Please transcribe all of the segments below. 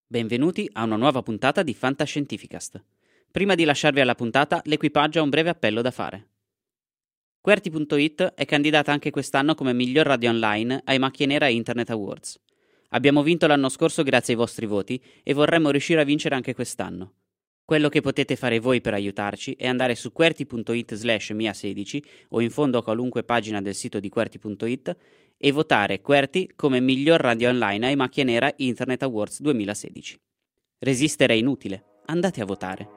Benvenuti a una nuova puntata di Fantascientificast. Prima di lasciarvi alla puntata, l'equipaggio ha un breve appello da fare. QWERTY.it è candidata anche quest'anno come miglior radio online ai Macchie Nera Internet Awards. Abbiamo vinto l'anno scorso grazie ai vostri voti e vorremmo riuscire a vincere anche quest'anno. Quello che potete fare voi per aiutarci è andare su QWERTY.it/Mia16 o in fondo a qualunque pagina del sito di QWERTY.it e votare QWERTY come miglior radio online ai Macchie Nera Internet Awards 2016. Resistere è inutile, andate a votare.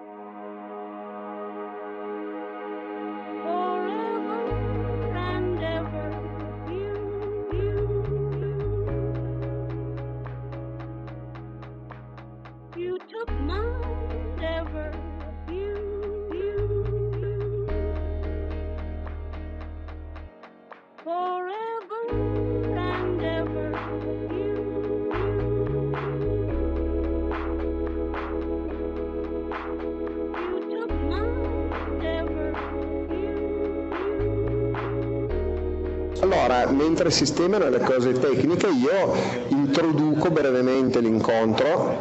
Allora, mentre sistemano le cose tecniche, io introduco brevemente l'incontro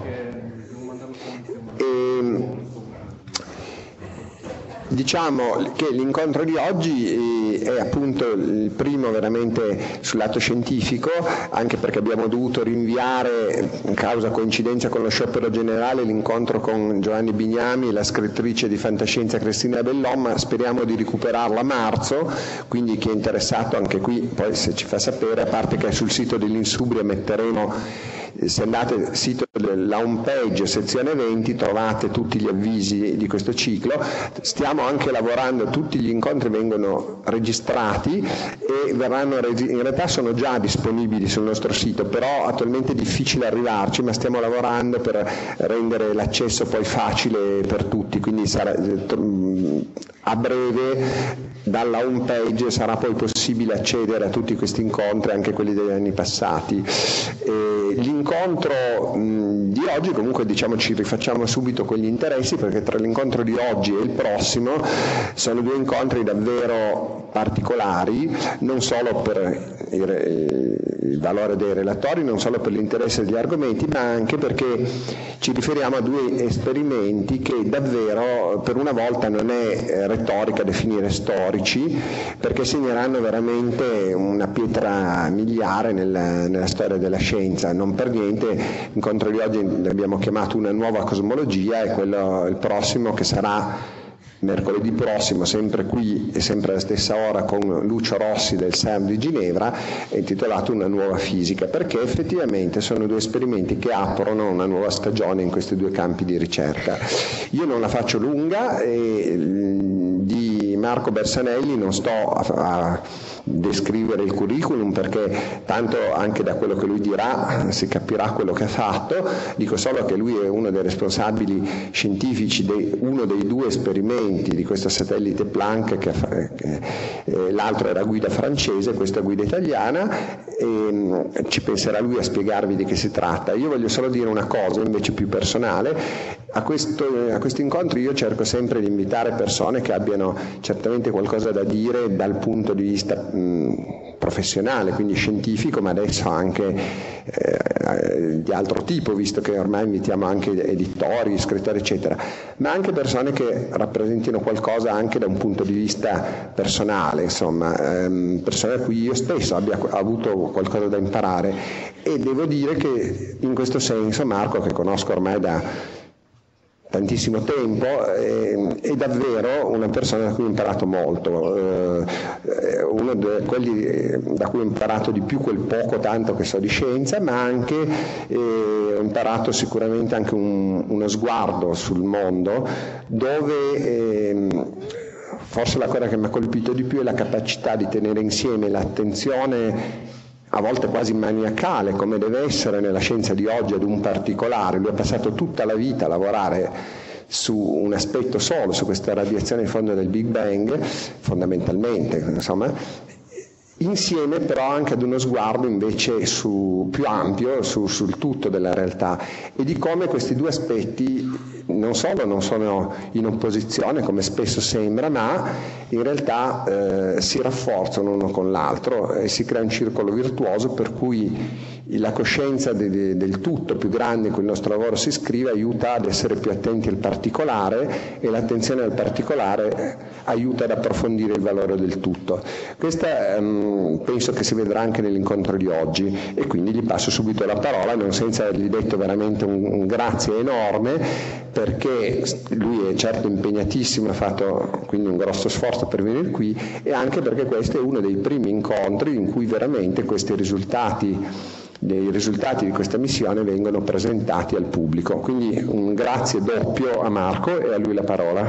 e diciamo che l'incontro di oggi è appunto il primo veramente sul lato scientifico, anche perché abbiamo dovuto rinviare, in causa coincidenza con lo sciopero generale, l'incontro con Giovanni Bignami e la scrittrice di fantascienza Cristina Bellon, ma speriamo di recuperarla a marzo, quindi chi è interessato anche qui poi se ci fa sapere, a parte che sul sito dell'Insubria metteremo, se andate al sito della home page sezione eventi trovate tutti gli avvisi di questo ciclo. Stiamo anche lavorando, tutti gli incontri vengono registrati e verranno in realtà sono già disponibili sul nostro sito, però attualmente è difficile arrivarci, ma stiamo lavorando per rendere l'accesso poi facile per tutti, quindi sarà, a breve dalla home page sarà poi possibile accedere a tutti questi incontri, anche quelli degli anni passati. L'incontro di oggi, comunque diciamo ci rifacciamo subito con gli interessi, perché tra l'incontro di oggi e il prossimo sono due incontri davvero particolari, non solo per il valore dei relatori, non solo per l'interesse degli argomenti, ma anche perché ci riferiamo a due esperimenti che davvero per una volta non è retorica definire storici, perché segneranno veramente una pietra miliare nella storia della scienza. Non per niente l'incontro di oggi l'abbiamo chiamato una nuova cosmologia, e quello il prossimo, che sarà mercoledì prossimo, sempre qui e sempre alla stessa ora, con Lucio Rossi del CERN di Ginevra, è intitolato Una nuova fisica, perché effettivamente sono due esperimenti che aprono una nuova stagione in questi due campi di ricerca. Io non la faccio lunga, di Marco Bersanelli non sto a descrivere il curriculum, perché tanto anche da quello che lui dirà si capirà quello che ha fatto. Dico solo che lui è uno dei responsabili scientifici di uno dei due esperimenti di questo satellite Planck, l'altro era guida francese, questa guida italiana, e ci penserà lui a spiegarvi di che si tratta. Io voglio solo dire una cosa invece più personale. A questi incontri io cerco sempre di invitare persone che abbiano certamente qualcosa da dire dal punto di vista professionale, quindi scientifico, ma adesso anche di altro tipo, visto che ormai invitiamo anche editori, scrittori eccetera, ma anche persone che rappresentino qualcosa anche da un punto di vista personale, insomma, persone a cui io stesso abbia avuto qualcosa da imparare. E devo dire che in questo senso Marco, che conosco ormai da tantissimo tempo, è davvero una persona da cui ho imparato molto, uno di quelli da cui ho imparato di più quel poco tanto che so di scienza, ma anche ho imparato sicuramente anche uno sguardo sul mondo, dove forse la cosa che mi ha colpito di più è la capacità di tenere insieme l'attenzione a volte quasi maniacale, come deve essere nella scienza di oggi, ad un particolare. Lui ha passato tutta la vita a lavorare su un aspetto solo, su questa radiazione in fondo del Big Bang, fondamentalmente, insomma, insieme però anche ad uno sguardo invece più ampio sul tutto della realtà, e di come questi due aspetti non solo non sono in opposizione come spesso sembra, ma in realtà si rafforzano uno con l'altro e si crea un circolo virtuoso, per cui La coscienza del tutto più grande in cui il nostro lavoro si iscrive aiuta ad essere più attenti al particolare, e l'attenzione al particolare aiuta ad approfondire il valore del tutto. Questa penso che si vedrà anche nell'incontro di oggi, e quindi gli passo subito la parola, non senza avergli detto veramente un grazie enorme, perché lui è certo impegnatissimo, ha fatto quindi un grosso sforzo per venire qui, e anche perché questo è uno dei primi incontri in cui veramente questi risultati di questa missione vengono presentati al pubblico. Quindi un grazie doppio a Marco, e a lui la parola.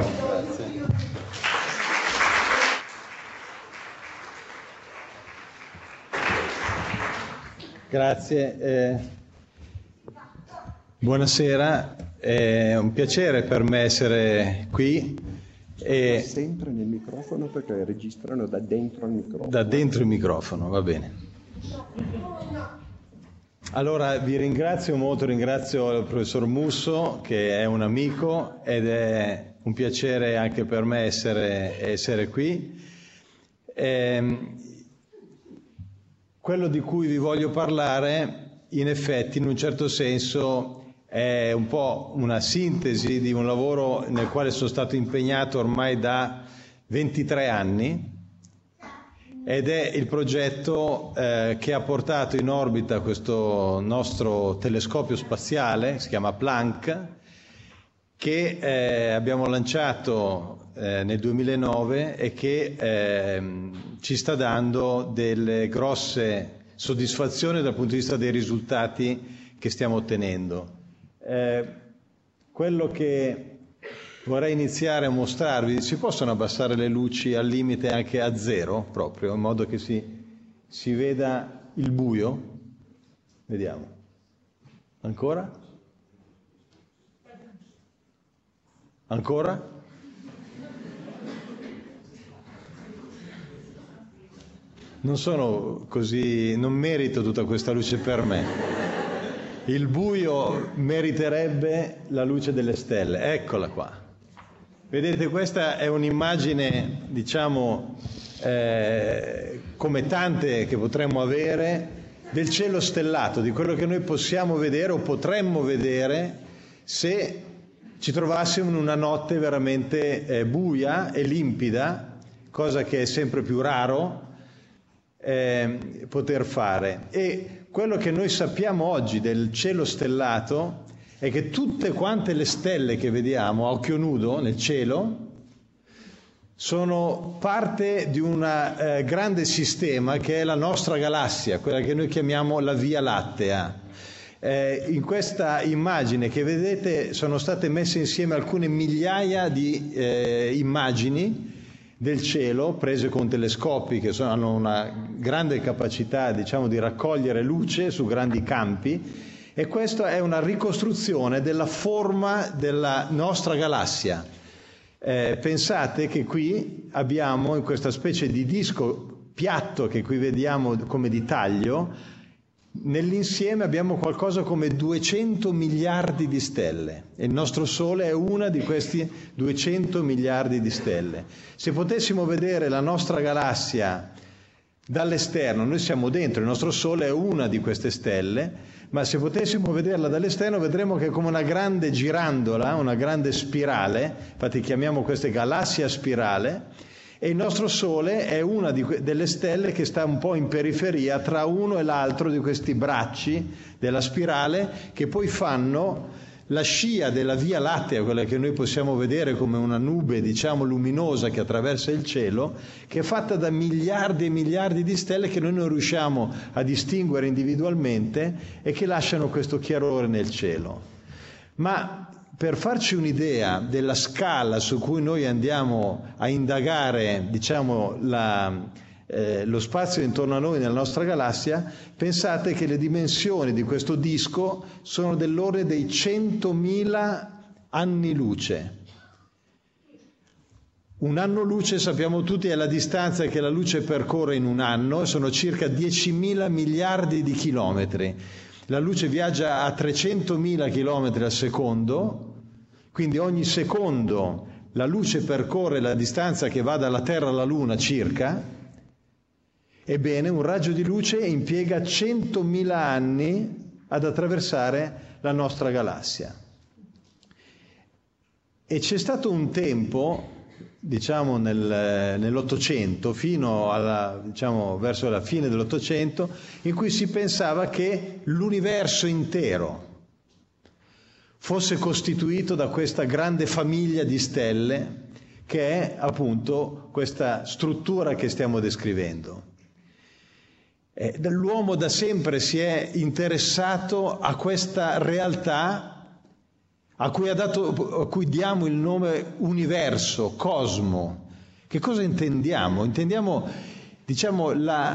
Grazie. Buonasera, è un piacere per me essere qui. Sempre nel microfono, perché registrano da dentro il microfono. Da dentro il microfono, va bene. Allora vi ringrazio molto, ringrazio il professor Musso, che è un amico, ed è un piacere anche per me essere qui. Quello di cui vi voglio parlare, in effetti, in un certo senso, è un po' una sintesi di un lavoro nel quale sono stato impegnato ormai da 23 anni, ed è il progetto che ha portato in orbita questo nostro telescopio spaziale, si chiama Planck, che abbiamo lanciato nel 2009 e che ci sta dando delle grosse soddisfazioni dal punto di vista dei risultati che stiamo ottenendo. Quello che vorrei iniziare a mostrarvi, si possono abbassare le luci al limite anche a 0 proprio, in modo che si veda il buio? Vediamo. Ancora? Ancora? Non sono così, non merito tutta questa luce per me. Il buio meriterebbe la luce delle stelle. Eccola qua. Vedete, questa è un'immagine, diciamo, come tante che potremmo avere, del cielo stellato, di quello che noi possiamo vedere o potremmo vedere se ci trovassimo in una notte veramente buia e limpida, cosa che è sempre più raro poter fare. E quello che noi sappiamo oggi del cielo stellato è che tutte quante le stelle che vediamo a occhio nudo nel cielo sono parte di un grande sistema che è la nostra galassia, quella che noi chiamiamo la Via Lattea. In questa immagine che vedete sono state messe insieme alcune migliaia di immagini del cielo prese con telescopi che hanno una grande capacità, diciamo, di raccogliere luce su grandi campi, e questa è una ricostruzione della forma della nostra galassia. Pensate che qui abbiamo, in questa specie di disco piatto che qui vediamo come di taglio, nell'insieme abbiamo qualcosa come 200 miliardi di stelle, e il nostro Sole è una di questi 200 miliardi di stelle. Se potessimo vedere la nostra galassia dall'esterno, noi siamo dentro, il nostro Sole è una di queste stelle, ma se potessimo vederla dall'esterno vedremo che è come una grande girandola, una grande spirale, infatti chiamiamo queste galassie a spirale, e il nostro Sole è una delle stelle che sta un po' in periferia tra uno e l'altro di questi bracci della spirale, che poi fanno la scia della Via Lattea, quella che noi possiamo vedere come una nube, diciamo, luminosa che attraversa il cielo, che è fatta da miliardi e miliardi di stelle che noi non riusciamo a distinguere individualmente e che lasciano questo chiarore nel cielo. Ma per farci un'idea della scala su cui noi andiamo a indagare, diciamo, lo spazio intorno a noi nella nostra galassia, pensate che le dimensioni di questo disco sono dell'ordine dei 100.000 anni luce. Un anno luce, sappiamo tutti, è la distanza che la luce percorre in un anno, e sono circa 10.000 miliardi di chilometri. La luce viaggia a 300.000 chilometri al secondo, quindi ogni secondo la luce percorre la distanza che va dalla Terra alla Luna circa, Ebbene, un raggio di luce impiega 100.000 anni ad attraversare la nostra galassia. E c'è stato un tempo, diciamo nell'Ottocento, fino alla, diciamo, verso la fine dell'Ottocento, in cui si pensava che l'universo intero fosse costituito da questa grande famiglia di stelle che è appunto questa struttura che stiamo descrivendo. L'uomo da sempre si è interessato a questa realtà a cui diamo il nome universo, cosmo. Che cosa intendiamo? Intendiamo, diciamo,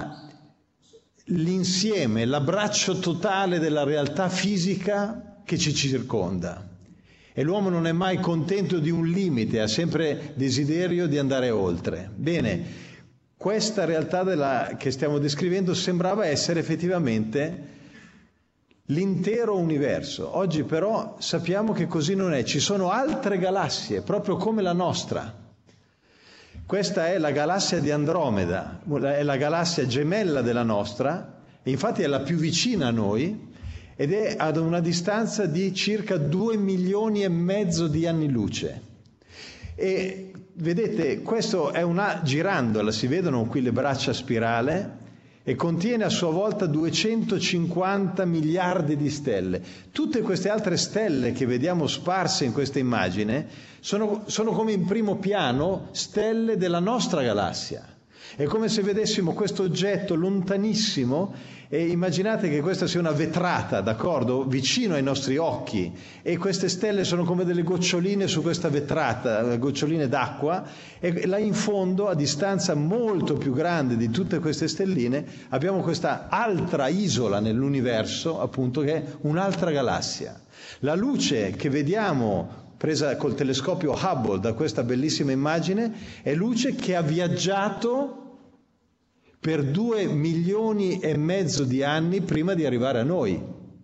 l'insieme, l'abbraccio totale della realtà fisica che ci circonda. E l'uomo non è mai contento di un limite, ha sempre desiderio di andare oltre. Bene, questa realtà che stiamo descrivendo sembrava essere effettivamente l'intero universo. Oggi però sappiamo che così non è, ci sono altre galassie, proprio come la nostra. Questa è la galassia di Andromeda, è la galassia gemella della nostra, e infatti è la più vicina a noi, ed è ad una distanza di circa 2,5 milioni di anni luce. E vedete, questo è una girandola, si vedono qui le braccia a spirale, e contiene a sua volta 250 miliardi di stelle. Tutte queste altre stelle che vediamo sparse in questa immagine sono come in primo piano stelle della nostra galassia. È come se vedessimo questo oggetto lontanissimo e immaginate che questa sia una vetrata, d'accordo, vicino ai nostri occhi, e queste stelle sono come delle goccioline su questa vetrata, goccioline d'acqua, e là in fondo, a distanza molto più grande di tutte queste stelline, abbiamo questa altra isola nell'universo, appunto, che è un'altra galassia. La luce che vediamo presa col telescopio Hubble da questa bellissima immagine è luce che ha viaggiato per 2,5 milioni di anni prima di arrivare a noi,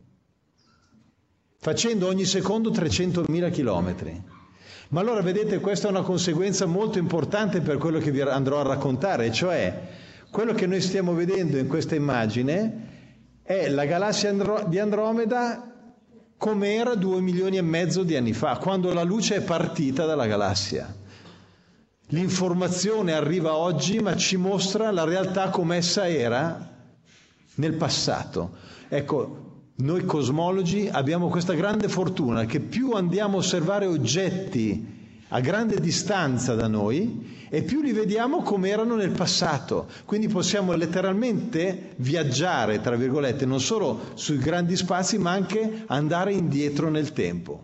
facendo ogni secondo 300.000 chilometri. Ma allora vedete, questa è una conseguenza molto importante per quello che vi andrò a raccontare, cioè quello che noi stiamo vedendo in questa immagine è la galassia di Andromeda come era 2,5 milioni di anni fa, quando la luce è partita dalla galassia. L'informazione arriva oggi, ma ci mostra la realtà come essa era nel passato. Ecco, noi cosmologi abbiamo questa grande fortuna che più andiamo a osservare oggetti a grande distanza da noi e più li vediamo come erano nel passato. Quindi possiamo letteralmente viaggiare, tra virgolette, non solo sui grandi spazi, ma anche andare indietro nel tempo.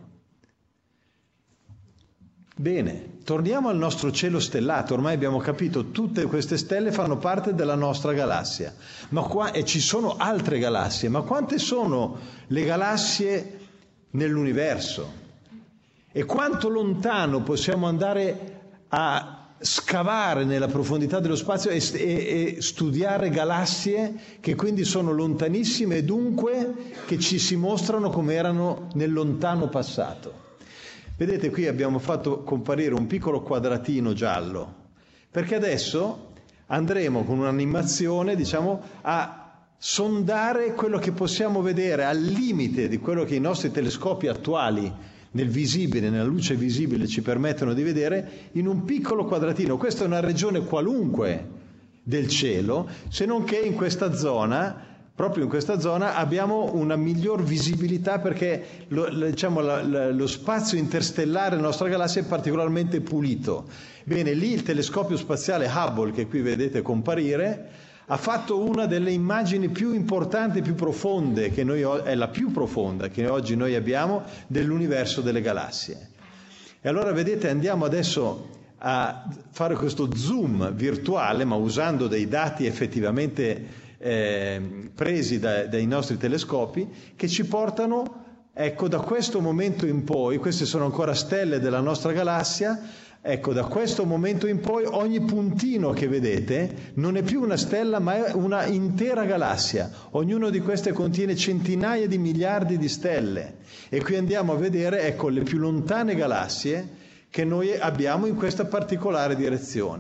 Bene, torniamo al nostro cielo stellato. Ormai abbiamo capito, tutte queste stelle fanno parte della nostra galassia, e ci sono altre galassie, ma quante sono le galassie nell'universo? E quanto lontano possiamo andare a scavare nella profondità dello spazio e studiare galassie che quindi sono lontanissime e dunque che ci si mostrano come erano nel lontano passato. Vedete, qui abbiamo fatto comparire un piccolo quadratino giallo, perché adesso andremo con un'animazione, diciamo, a sondare quello che possiamo vedere al limite di quello che i nostri telescopi attuali nel visibile, nella luce visibile ci permettono di vedere in un piccolo quadratino. Questa è una regione qualunque del cielo, se non che in questa zona, proprio in questa zona, abbiamo una miglior visibilità perché lo spazio interstellare della nostra galassia è particolarmente pulito. Bene, lì il telescopio spaziale Hubble, che qui vedete comparire, ha fatto una delle immagini più importanti, più profonde, è la più profonda che oggi noi abbiamo dell'universo delle galassie. E allora vedete, andiamo adesso a fare questo zoom virtuale, ma usando dei dati effettivamente presi dai nostri telescopi, che ci portano, ecco, da questo momento in poi, queste sono ancora stelle della nostra galassia. Ecco, da questo momento in poi ogni puntino che vedete non è più una stella, ma è una intera galassia. Ognuno di queste contiene centinaia di miliardi di stelle. E qui andiamo a vedere, ecco, le più lontane galassie che noi abbiamo in questa particolare direzione.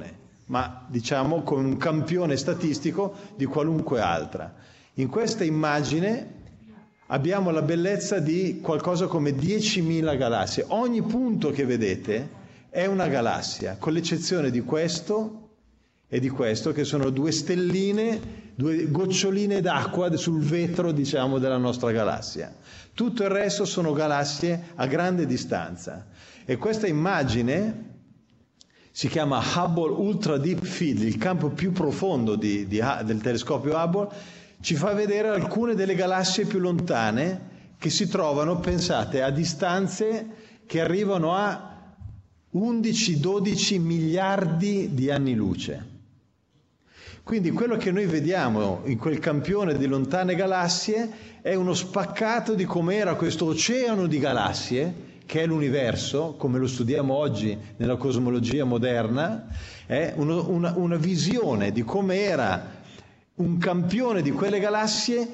ma diciamo come un campione statistico di qualunque altra. In questa immagine abbiamo la bellezza di qualcosa come 10.000 galassie. Ogni punto che vedete è una galassia, con l'eccezione di questo e di questo, che sono due stelline, due goccioline d'acqua sul vetro, diciamo, della nostra galassia. Tutto il resto sono galassie a grande distanza. E questa immagine si chiama Hubble Ultra Deep Field, il campo più profondo del telescopio Hubble, ci fa vedere alcune delle galassie più lontane che si trovano, pensate, a distanze che arrivano a 11-12 miliardi di anni luce. Quindi quello che noi vediamo in quel campione di lontane galassie è uno spaccato di com'era questo oceano di galassie, che è l'universo, come lo studiamo oggi nella cosmologia moderna, è una visione di come era un campione di quelle galassie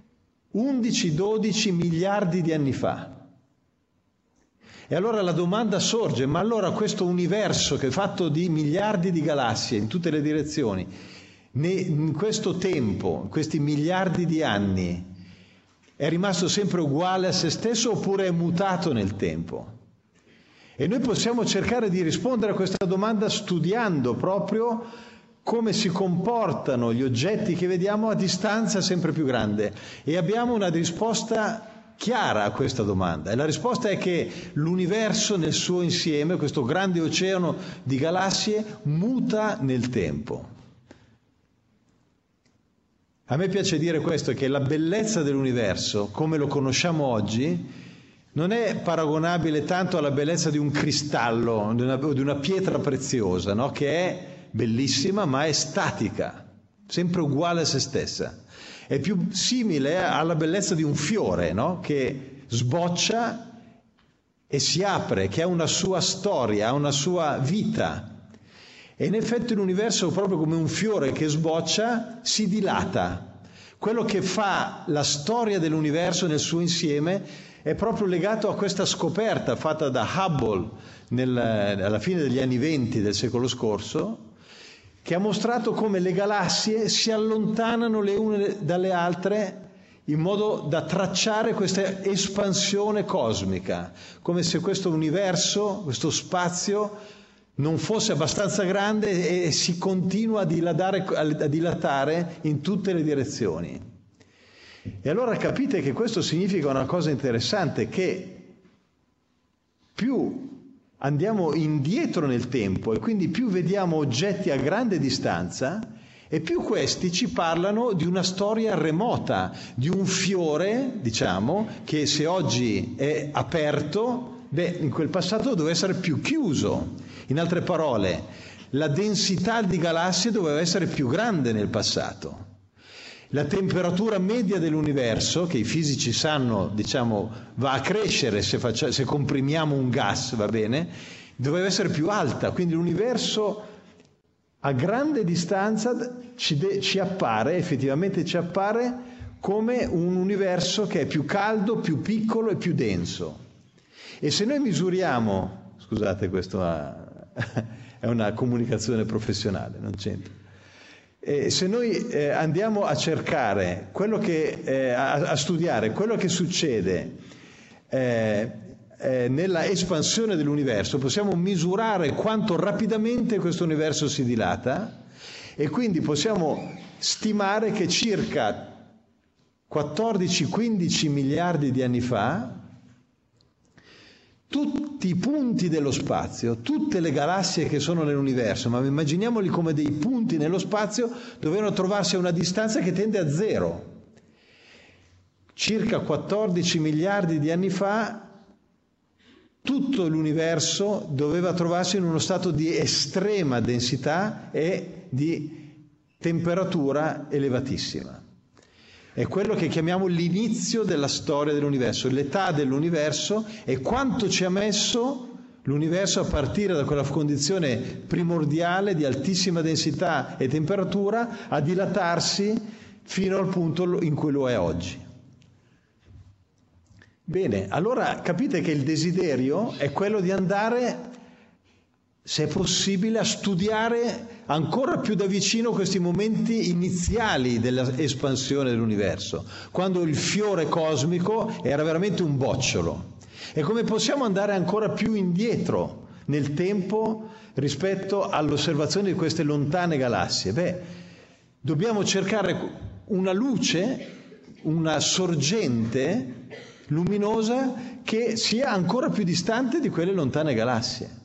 11-12 miliardi di anni fa. E allora la domanda sorge, ma allora questo universo che è fatto di miliardi di galassie in tutte le direzioni, in questo tempo, in questi miliardi di anni, è rimasto sempre uguale a se stesso oppure è mutato nel tempo? E noi possiamo cercare di rispondere a questa domanda studiando proprio come si comportano gli oggetti che vediamo a distanza sempre più grande. E abbiamo una risposta chiara a questa domanda. E la risposta è che l'universo nel suo insieme, questo grande oceano di galassie, muta nel tempo. A me piace dire questo, che la bellezza dell'universo, come lo conosciamo oggi, non è paragonabile tanto alla bellezza di un cristallo o di una pietra preziosa, no? Che è bellissima ma è statica, sempre uguale a se stessa. È più simile alla bellezza di un fiore, no? Che sboccia e si apre, che ha una sua storia, ha una sua vita. E in effetti l'universo, proprio come un fiore che sboccia, si dilata. Quello che fa la storia dell'universo nel suo insieme è proprio legato a questa scoperta fatta da Hubble alla fine degli anni 20 del secolo scorso, che ha mostrato come le galassie si allontanano le une dalle altre in modo da tracciare questa espansione cosmica, come se questo universo, questo spazio, non fosse abbastanza grande e si continua a dilatare in tutte le direzioni. E allora capite che questo significa una cosa interessante, che più andiamo indietro nel tempo e quindi più vediamo oggetti a grande distanza e più questi ci parlano di una storia remota, di un fiore, diciamo, che se oggi è aperto, in quel passato doveva essere più chiuso. In altre parole, la densità di galassie doveva essere più grande nel passato. La temperatura media dell'universo, che i fisici sanno, diciamo, va a crescere se comprimiamo un gas, va bene, doveva essere più alta. Quindi l'universo a grande distanza ci appare, effettivamente ci appare, come un universo che è più caldo, più piccolo e più denso. E se noi misuriamo, scusate, questo è una comunicazione professionale, non c'entra. Se noi andiamo a cercare quello che a studiare quello che succede nella espansione dell'universo, possiamo misurare quanto rapidamente questo universo si dilata e quindi possiamo stimare che circa 14-15 miliardi di anni fa tutti i punti dello spazio, tutte le galassie che sono nell'universo, ma immaginiamoli come dei punti nello spazio, dovevano trovarsi a una distanza che tende a zero. Circa 14 miliardi di anni fa tutto l'universo doveva trovarsi in uno stato di estrema densità e di temperatura elevatissima. È quello che chiamiamo l'inizio della storia dell'universo, l'età dell'universo e quanto ci ha messo l'universo a partire da quella condizione primordiale di altissima densità e temperatura a dilatarsi fino al punto in cui lo è oggi. Bene, allora capite che il desiderio è quello di andare se è possibile, a studiare ancora più da vicino questi momenti iniziali dell'espansione dell'universo, quando il fiore cosmico era veramente un bocciolo. E come possiamo andare ancora più indietro nel tempo rispetto all'osservazione di queste lontane galassie? Dobbiamo cercare una luce, una sorgente luminosa che sia ancora più distante di quelle lontane galassie.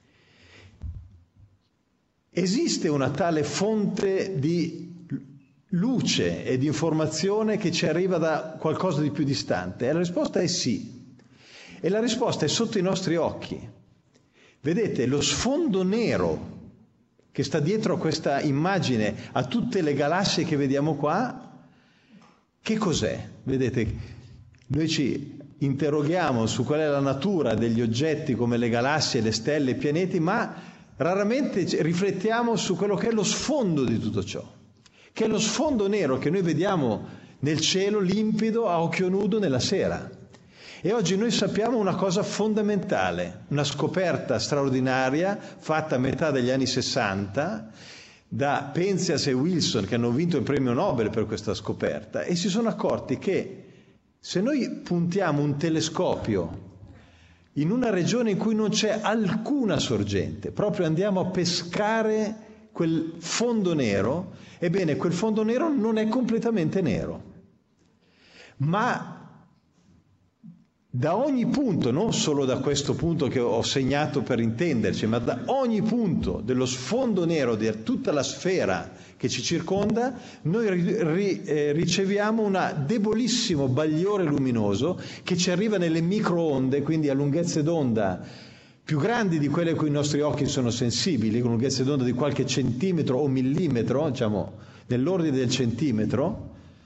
Esiste una tale fonte di luce e di informazione che ci arriva da qualcosa di più distante? E la risposta è sì. E la risposta è sotto i nostri occhi. Vedete, lo sfondo nero che sta dietro a questa immagine, a tutte le galassie che vediamo qua, che cos'è? Vedete, noi ci interroghiamo su qual è la natura degli oggetti come le galassie, le stelle, i pianeti, ma raramente riflettiamo su quello che è lo sfondo di tutto ciò, che è lo sfondo nero che noi vediamo nel cielo limpido a occhio nudo nella sera. E oggi noi sappiamo una cosa fondamentale, una scoperta straordinaria fatta a metà degli anni 60 da Penzias e Wilson, che hanno vinto il premio Nobel per questa scoperta, e si sono accorti che se noi puntiamo un telescopio in una regione in cui non c'è alcuna sorgente, proprio andiamo a pescare quel fondo nero, ebbene quel fondo nero non è completamente nero, ma da ogni punto, non solo da questo punto che ho segnato per intenderci, ma da ogni punto dello sfondo nero di tutta la sfera che ci circonda, noi riceviamo un debolissimo bagliore luminoso che ci arriva nelle microonde, quindi a lunghezze d'onda più grandi di quelle a cui i nostri occhi sono sensibili, con lunghezze d'onda di qualche centimetro o millimetro, diciamo nell'ordine del centimetro,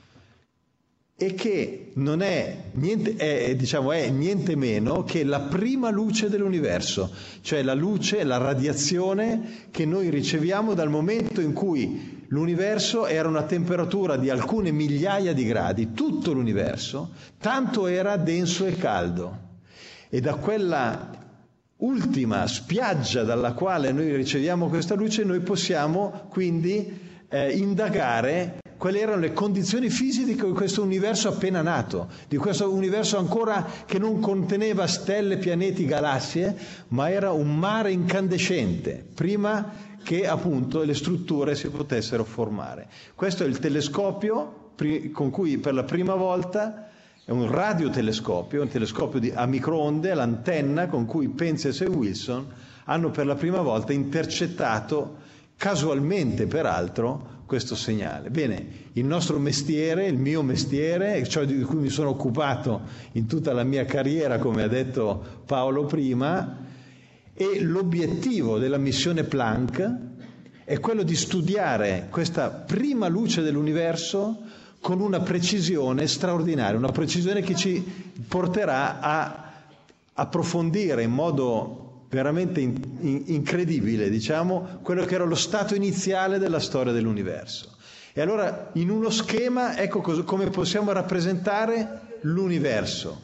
e che non è niente, è niente meno che la prima luce dell'universo, cioè la luce, la radiazione che noi riceviamo dal momento in cui l'universo era a una temperatura di alcune migliaia di gradi, tutto l'universo, tanto era denso e caldo. E da quella ultima spiaggia dalla quale noi riceviamo questa luce, noi possiamo quindi indagare quali erano le condizioni fisiche di questo universo appena nato, di questo universo ancora che non conteneva stelle, pianeti, galassie, ma era un mare incandescente, prima che appunto le strutture si potessero formare. Questo è il telescopio con cui per la prima volta, è un radiotelescopio, un telescopio a microonde, l'antenna con cui Penzias e Wilson hanno per la prima volta intercettato, casualmente peraltro, questo segnale. Bene, il nostro mestiere, il mio mestiere, ciò di cui mi sono occupato in tutta la mia carriera, come ha detto Paolo prima, e l'obiettivo della missione Planck è quello di studiare questa prima luce dell'universo con una precisione straordinaria, una precisione che ci porterà a approfondire in modo veramente incredibile, diciamo, quello che era lo stato iniziale della storia dell'universo. E allora, in uno schema, ecco come possiamo rappresentare l'universo.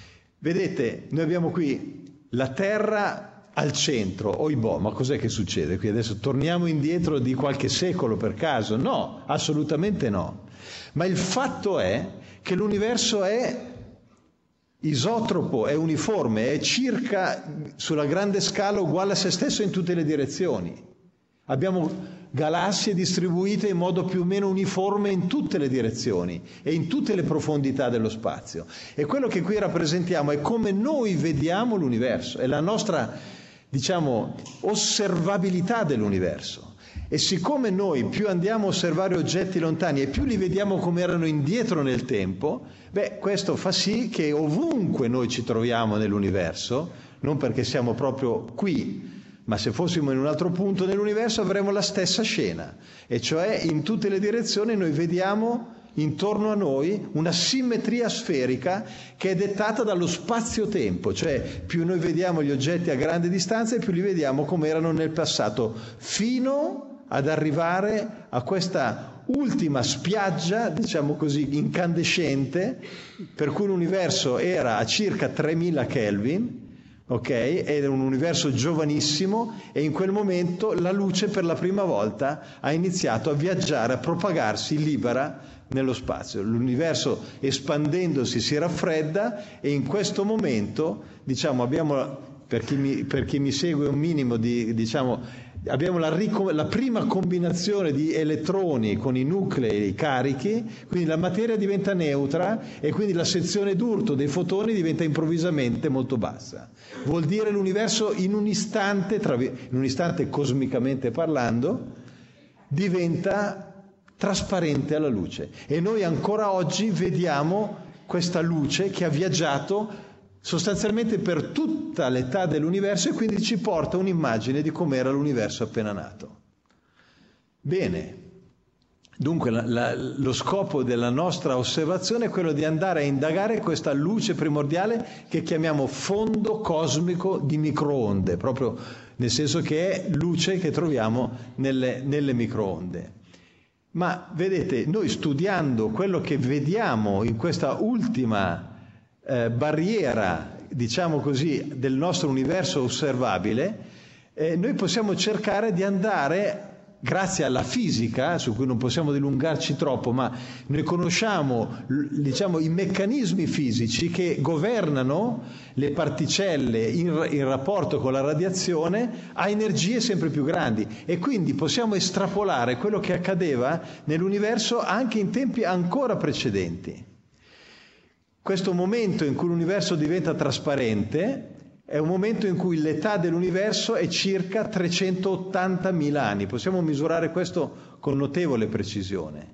Vedete, noi abbiamo qui la Terra al centro, oibò, ma cos'è che succede qui? Adesso torniamo indietro di qualche secolo per caso? No, assolutamente no. Ma il fatto è che l'universo è isotropo, è uniforme, è circa sulla grande scala uguale a se stesso in tutte le direzioni. Abbiamo galassie distribuite in modo più o meno uniforme in tutte le direzioni e in tutte le profondità dello spazio. E quello che qui rappresentiamo è come noi vediamo l'universo, è la nostra, diciamo, osservabilità dell'universo. E siccome noi più andiamo a osservare oggetti lontani e più li vediamo come erano indietro nel tempo, questo fa sì che ovunque noi ci troviamo nell'universo, non perché siamo proprio qui, ma se fossimo in un altro punto nell'universo avremo la stessa scena, e cioè in tutte le direzioni noi vediamo intorno a noi una simmetria sferica che è dettata dallo spazio-tempo, cioè più noi vediamo gli oggetti a grande distanza e più li vediamo come erano nel passato, fino ad arrivare a questa ultima spiaggia, diciamo così, incandescente, per cui l'universo era a circa 3000 Kelvin, ok? È un universo giovanissimo e in quel momento la luce per la prima volta ha iniziato a viaggiare, a propagarsi libera nello spazio. L'universo espandendosi si raffredda e in questo momento, diciamo, abbiamo, per chi mi segue un minimo abbiamo la prima combinazione di elettroni con i nuclei carichi, quindi la materia diventa neutra e quindi la sezione d'urto dei fotoni diventa improvvisamente molto bassa. Vuol dire l'universo in un istante cosmicamente parlando, diventa trasparente alla luce. E noi ancora oggi vediamo questa luce che ha viaggiato sostanzialmente per tutta l'età dell'universo e quindi ci porta un'immagine di com'era l'universo appena nato. Bene, dunque lo scopo della nostra osservazione è quello di andare a indagare questa luce primordiale che chiamiamo fondo cosmico di microonde, proprio nel senso che è luce che troviamo nelle microonde. Ma vedete, noi studiando quello che vediamo in questa ultima barriera, diciamo così, del nostro universo osservabile, noi possiamo cercare di andare, grazie alla fisica, su cui non possiamo dilungarci troppo, ma noi conosciamo, diciamo, i meccanismi fisici che governano le particelle in rapporto con la radiazione a energie sempre più grandi e quindi possiamo estrapolare quello che accadeva nell'universo anche in tempi ancora precedenti. Questo momento in cui l'universo diventa trasparente è un momento in cui l'età dell'universo è circa 380.000 anni. Possiamo misurare questo con notevole precisione.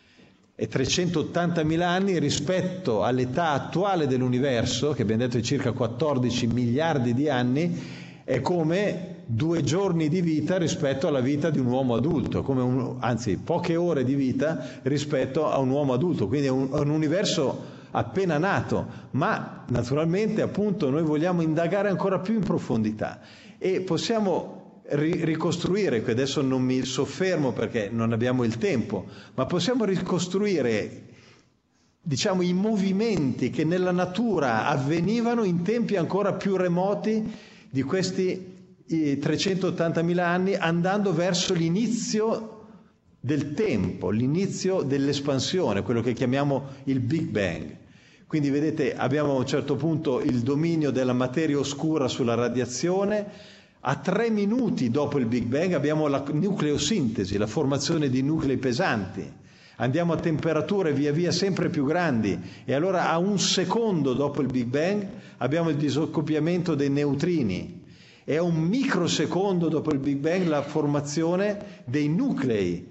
E 380.000 anni rispetto all'età attuale dell'universo, che abbiamo detto è circa 14 miliardi di anni, è come 2 giorni di vita rispetto alla vita di un uomo adulto, anzi poche ore di vita rispetto a un uomo adulto. Quindi è un universo appena nato, ma naturalmente appunto noi vogliamo indagare ancora più in profondità e possiamo ricostruire, che adesso non mi soffermo perché non abbiamo il tempo, ma possiamo ricostruire, diciamo, i movimenti che nella natura avvenivano in tempi ancora più remoti di questi 380.000 anni, andando verso l'inizio del tempo, l'inizio dell'espansione, quello che chiamiamo il Big Bang. Quindi vedete, abbiamo a un certo punto il dominio della materia oscura sulla radiazione. A 3 minuti dopo il Big Bang abbiamo la nucleosintesi, la formazione di nuclei pesanti. Andiamo a temperature via via sempre più grandi e allora a 1 secondo dopo il Big Bang abbiamo il disaccoppiamento dei neutrini e a 1 microsecondo dopo il Big Bang la formazione dei nuclei,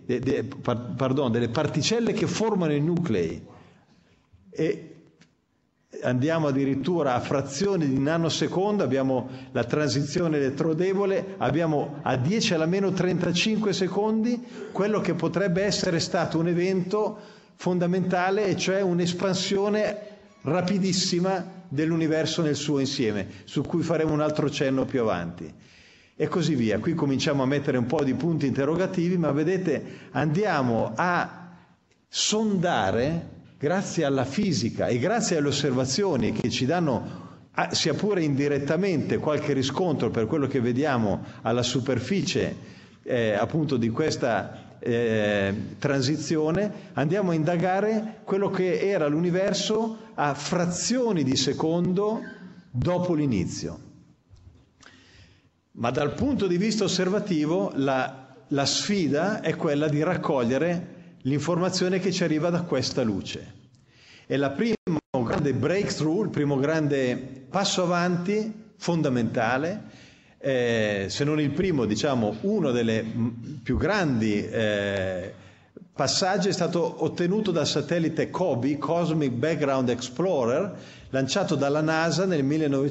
delle particelle che formano i nuclei. E andiamo addirittura a frazioni di nanosecondo, abbiamo la transizione elettrodebole, abbiamo a 10 alla meno 35 secondi quello che potrebbe essere stato un evento fondamentale, e cioè un'espansione rapidissima dell'universo nel suo insieme, su cui faremo un altro cenno più avanti. E così via. Qui cominciamo a mettere un po' di punti interrogativi, ma vedete, andiamo a sondare, grazie alla fisica e grazie alle osservazioni che ci danno, sia pure indirettamente, qualche riscontro per quello che vediamo alla superficie appunto di questa transizione, andiamo a indagare quello che era l'universo a frazioni di secondo dopo l'inizio. Ma dal punto di vista osservativo la sfida è quella di raccogliere l'informazione che ci arriva da questa luce. È la prima grande breakthrough, il primo grande passo avanti fondamentale, se non il primo, diciamo, uno delle più grandi passaggi è stato ottenuto dal satellite COBE, Cosmic Background Explorer, lanciato dalla NASA nel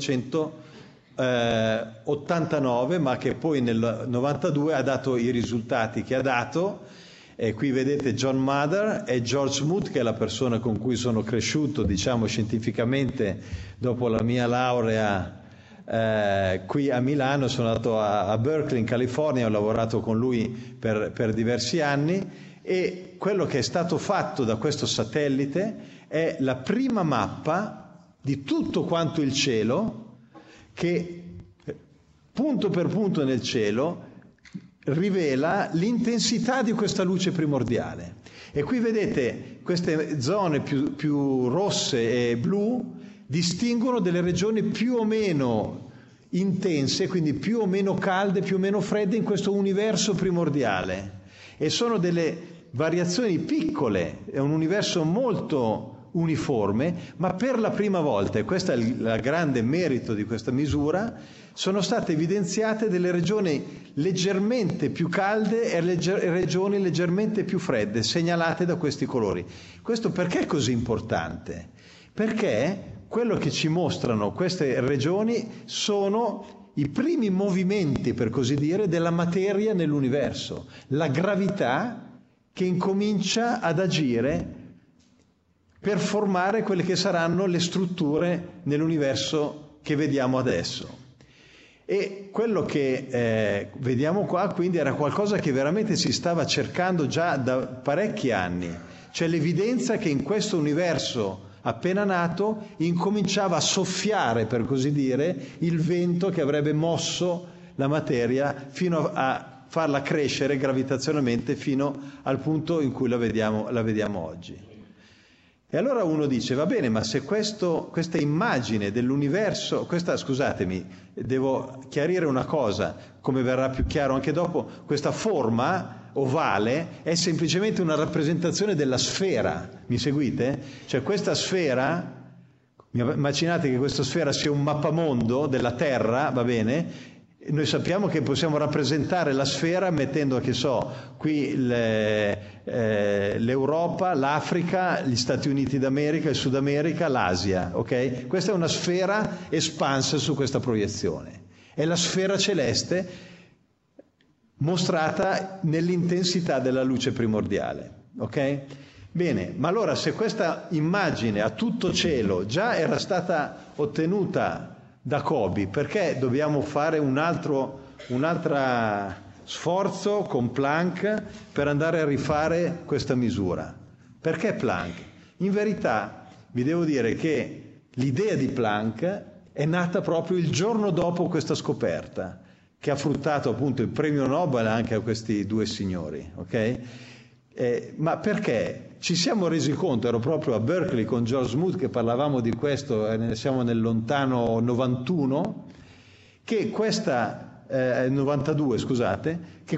1989, ma che poi nel 92 ha dato i risultati che ha dato. E qui vedete John Mather e George Smoot, che è la persona con cui sono cresciuto, diciamo, scientificamente dopo la mia laurea qui a Milano. Sono andato a Berkeley in California, ho lavorato con lui per diversi anni, e quello che è stato fatto da questo satellite è la prima mappa di tutto quanto il cielo che punto per punto nel cielo rivela l'intensità di questa luce primordiale. E qui vedete queste zone più rosse e blu distinguono delle regioni più o meno intense, quindi più o meno calde, più o meno fredde in questo universo primordiale. E sono delle variazioni piccole, è un universo molto uniforme, ma per la prima volta, e questo è il grande merito di questa misura, sono state evidenziate delle regioni leggermente più calde e regioni leggermente più fredde, segnalate da questi colori. Questo perché è così importante? Perché quello che ci mostrano queste regioni sono i primi movimenti, per così dire, della materia nell'universo, la gravità che incomincia ad agire per formare quelle che saranno le strutture nell'universo che vediamo adesso. E quello che vediamo qua quindi era qualcosa che veramente si stava cercando già da parecchi anni, cioè l'evidenza che in questo universo appena nato incominciava a soffiare, per così dire, il vento che avrebbe mosso la materia fino a farla crescere gravitazionalmente fino al punto in cui la vediamo oggi. E allora uno dice, va bene, ma se questa immagine dell'universo, scusatemi, devo chiarire una cosa, come verrà più chiaro anche dopo, questa forma ovale è semplicemente una rappresentazione della sfera, mi seguite? Cioè questa sfera, immaginate che questa sfera sia un mappamondo della Terra, va bene? Noi sappiamo che possiamo rappresentare la sfera mettendo, che so, qui l'Europa, l'Africa, gli Stati Uniti d'America, il Sud America, l'Asia, ok? Questa è una sfera espansa su questa proiezione. È la sfera celeste mostrata nell'intensità della luce primordiale, ok? Bene, ma allora se questa immagine a tutto cielo già era stata ottenuta da COBE, perché dobbiamo fare un altro sforzo con Planck per andare a rifare questa misura? Perché Planck? In verità vi devo dire che l'idea di Planck è nata proprio il giorno dopo questa scoperta, che ha fruttato appunto il premio Nobel anche a questi due signori, ok? Ma perché? Ci siamo resi conto, ero proprio a Berkeley con George Smoot che parlavamo di questo, siamo nel lontano 91, che 92, scusate, che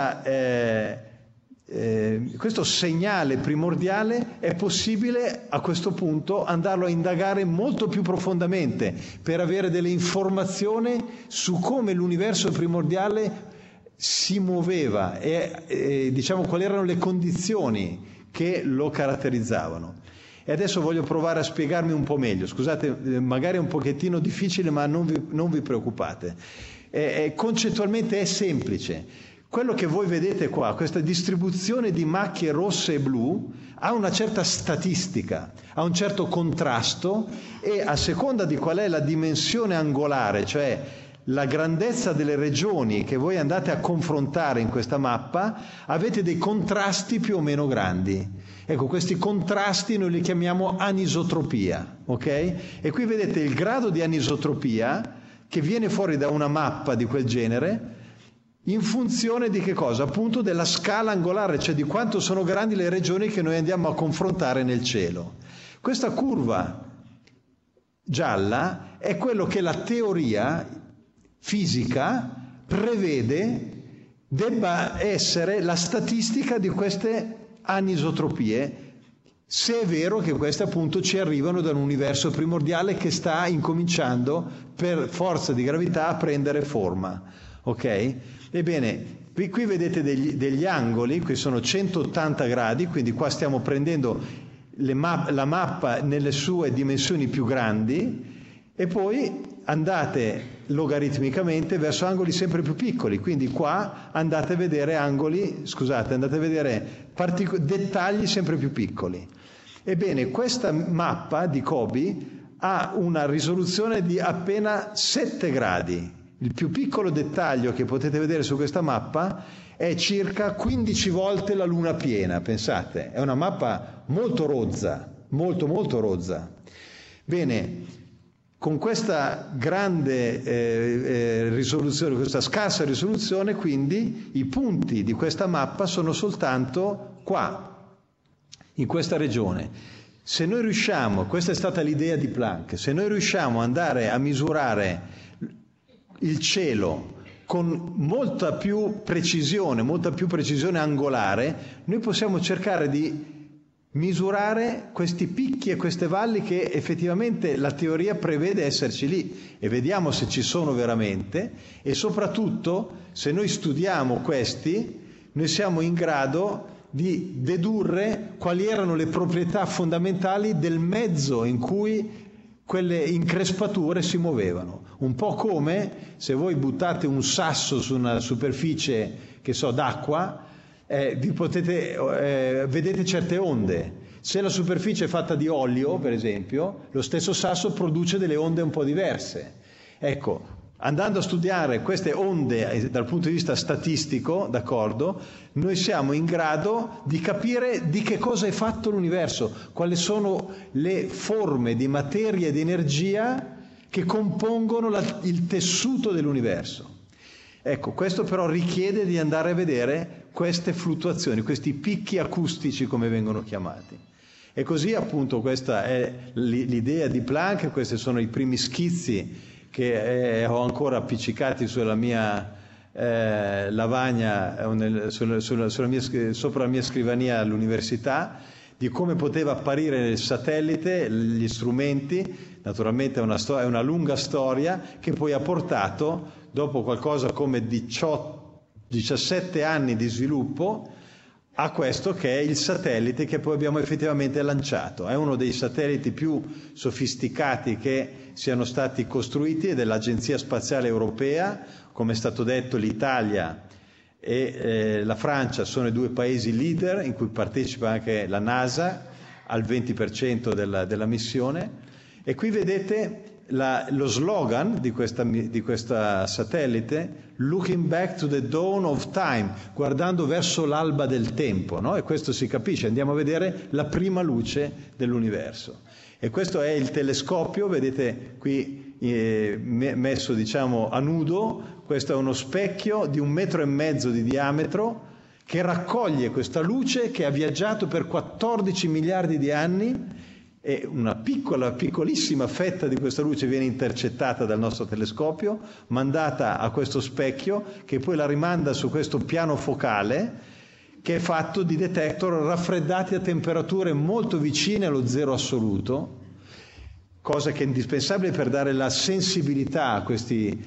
questo segnale primordiale è possibile a questo punto andarlo a indagare molto più profondamente per avere delle informazioni su come l'universo primordiale si muoveva e diciamo quali erano le condizioni che lo caratterizzavano. E adesso voglio provare a spiegarmi un po' meglio, scusate, magari è un pochettino difficile, ma non vi preoccupate. Concettualmente è semplice. Quello che voi vedete qua, questa distribuzione di macchie rosse e blu, ha una certa statistica, ha un certo contrasto e a seconda di qual è la dimensione angolare, cioè la grandezza delle regioni che voi andate a confrontare in questa mappa, avete dei contrasti più o meno grandi. Ecco, questi contrasti noi li chiamiamo anisotropia, ok? E qui vedete il grado di anisotropia che viene fuori da una mappa di quel genere in funzione di che cosa? Appunto della scala angolare, cioè di quanto sono grandi le regioni che noi andiamo a confrontare nel cielo. Questa curva gialla è quello che la teoria fisica prevede debba essere la statistica di queste anisotropie, se è vero che queste appunto ci arrivano da un universo primordiale che sta incominciando per forza di gravità a prendere forma, ok? Ebbene, qui vedete degli angoli, qui sono 180 gradi, quindi qua stiamo prendendo la mappa nelle sue dimensioni più grandi e poi andate logaritmicamente verso angoli sempre più piccoli, quindi qua andate a vedere dettagli sempre più piccoli. Ebbene, questa mappa di COBE ha una risoluzione di appena 7 gradi. Il più piccolo dettaglio che potete vedere su questa mappa è circa 15 volte la luna piena, pensate, è una mappa molto rozza, molto molto rozza. Bene, Con questa grande risoluzione, questa scarsa risoluzione, quindi i punti di questa mappa sono soltanto qua, in questa regione. Se noi riusciamo, questa è stata l'idea di Planck, se noi riusciamo ad andare a misurare il cielo con molta più precisione angolare, noi possiamo cercare di misurare questi picchi e queste valli che effettivamente la teoria prevede esserci lì, e vediamo se ci sono veramente, e soprattutto se noi studiamo questi, noi siamo in grado di dedurre quali erano le proprietà fondamentali del mezzo in cui quelle increspature si muovevano. Un po' come se voi buttate un sasso su una superficie, che so, d'acqua, vedete certe onde. Se la superficie è fatta di olio, per esempio, lo stesso sasso produce delle onde un po' diverse. Ecco, andando a studiare queste onde dal punto di vista statistico, d'accordo, noi siamo in grado di capire di che cosa è fatto l'universo, quali sono le forme di materia e di energia che compongono il tessuto dell'universo. Ecco, questo però richiede di andare a vedere queste fluttuazioni, questi picchi acustici come vengono chiamati. E così appunto questa è l'idea di Planck, questi sono i primi schizzi che ho ancora appiccicati sulla mia lavagna, sopra la mia scrivania all'università, di come poteva apparire il satellite, gli strumenti. Naturalmente è una lunga storia che poi ha portato, dopo qualcosa come 17 anni di sviluppo, a questo che è il satellite che poi abbiamo effettivamente lanciato. È uno dei satelliti più sofisticati che siano stati costruiti, ed è l'Agenzia Spaziale Europea. Come è stato detto, l'Italia e la Francia sono i due paesi leader, in cui partecipa anche la NASA al 20% della missione. E qui vedete lo slogan di questa satellite: Looking back to the dawn of time, guardando verso l'alba del tempo, no? E questo si capisce, andiamo a vedere la prima luce dell'universo. E questo è il telescopio, vedete qui messo diciamo a nudo. Questo è uno specchio di 1,5 metri di diametro che raccoglie questa luce che ha viaggiato per 14 miliardi di anni, e una piccolissima fetta di questa luce viene intercettata dal nostro telescopio, mandata a questo specchio che poi la rimanda su questo piano focale che è fatto di detector raffreddati a temperature molto vicine allo zero assoluto, cosa che è indispensabile per dare la sensibilità a questi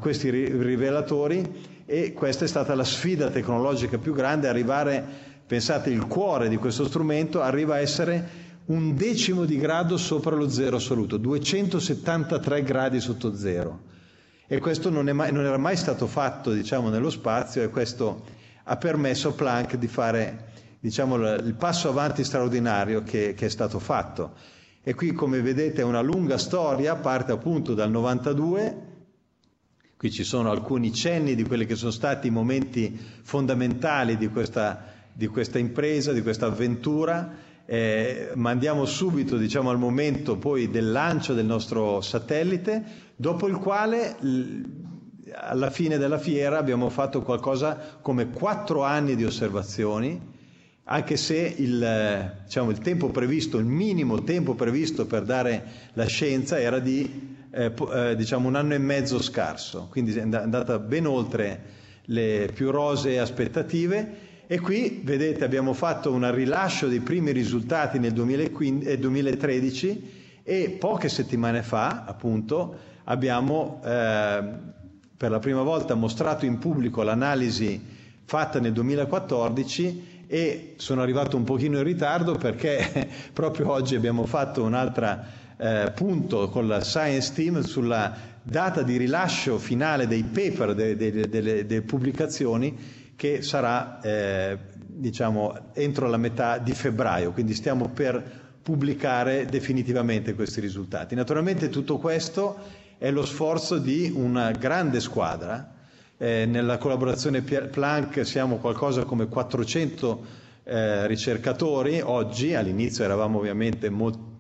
rivelatori. E questa è stata la sfida tecnologica più grande, arrivare, pensate, il cuore di questo strumento arriva a essere 1/10 di grado sopra lo zero assoluto, 273 gradi sotto zero. E questo non era mai stato fatto, diciamo, nello spazio, e questo ha permesso a Planck di fare, diciamo, il passo avanti straordinario che è stato fatto. E qui, come vedete, è una lunga storia, parte appunto dal 92. Qui ci sono alcuni cenni di quelli che sono stati i momenti fondamentali di questa impresa, di questa avventura. Ma andiamo subito, diciamo, al momento poi del lancio del nostro satellite, dopo il quale alla fine della fiera abbiamo fatto qualcosa come 4 anni di osservazioni, anche se il tempo previsto, il minimo tempo previsto per dare la scienza era di 1 anno e mezzo scarso, quindi è andata ben oltre le più rosee aspettative. E qui vedete abbiamo fatto un rilascio dei primi risultati nel 2013, e poche settimane fa appunto abbiamo per la prima volta mostrato in pubblico l'analisi fatta nel 2014, e sono arrivato un pochino in ritardo perché proprio oggi abbiamo fatto un'altra punto con la Science Team sulla data di rilascio finale dei paper, delle pubblicazioni, che sarà entro la metà di febbraio, quindi stiamo per pubblicare definitivamente questi risultati. Naturalmente tutto questo è lo sforzo di una grande squadra. Nella collaborazione Planck siamo qualcosa come 400 ricercatori oggi. All'inizio eravamo ovviamente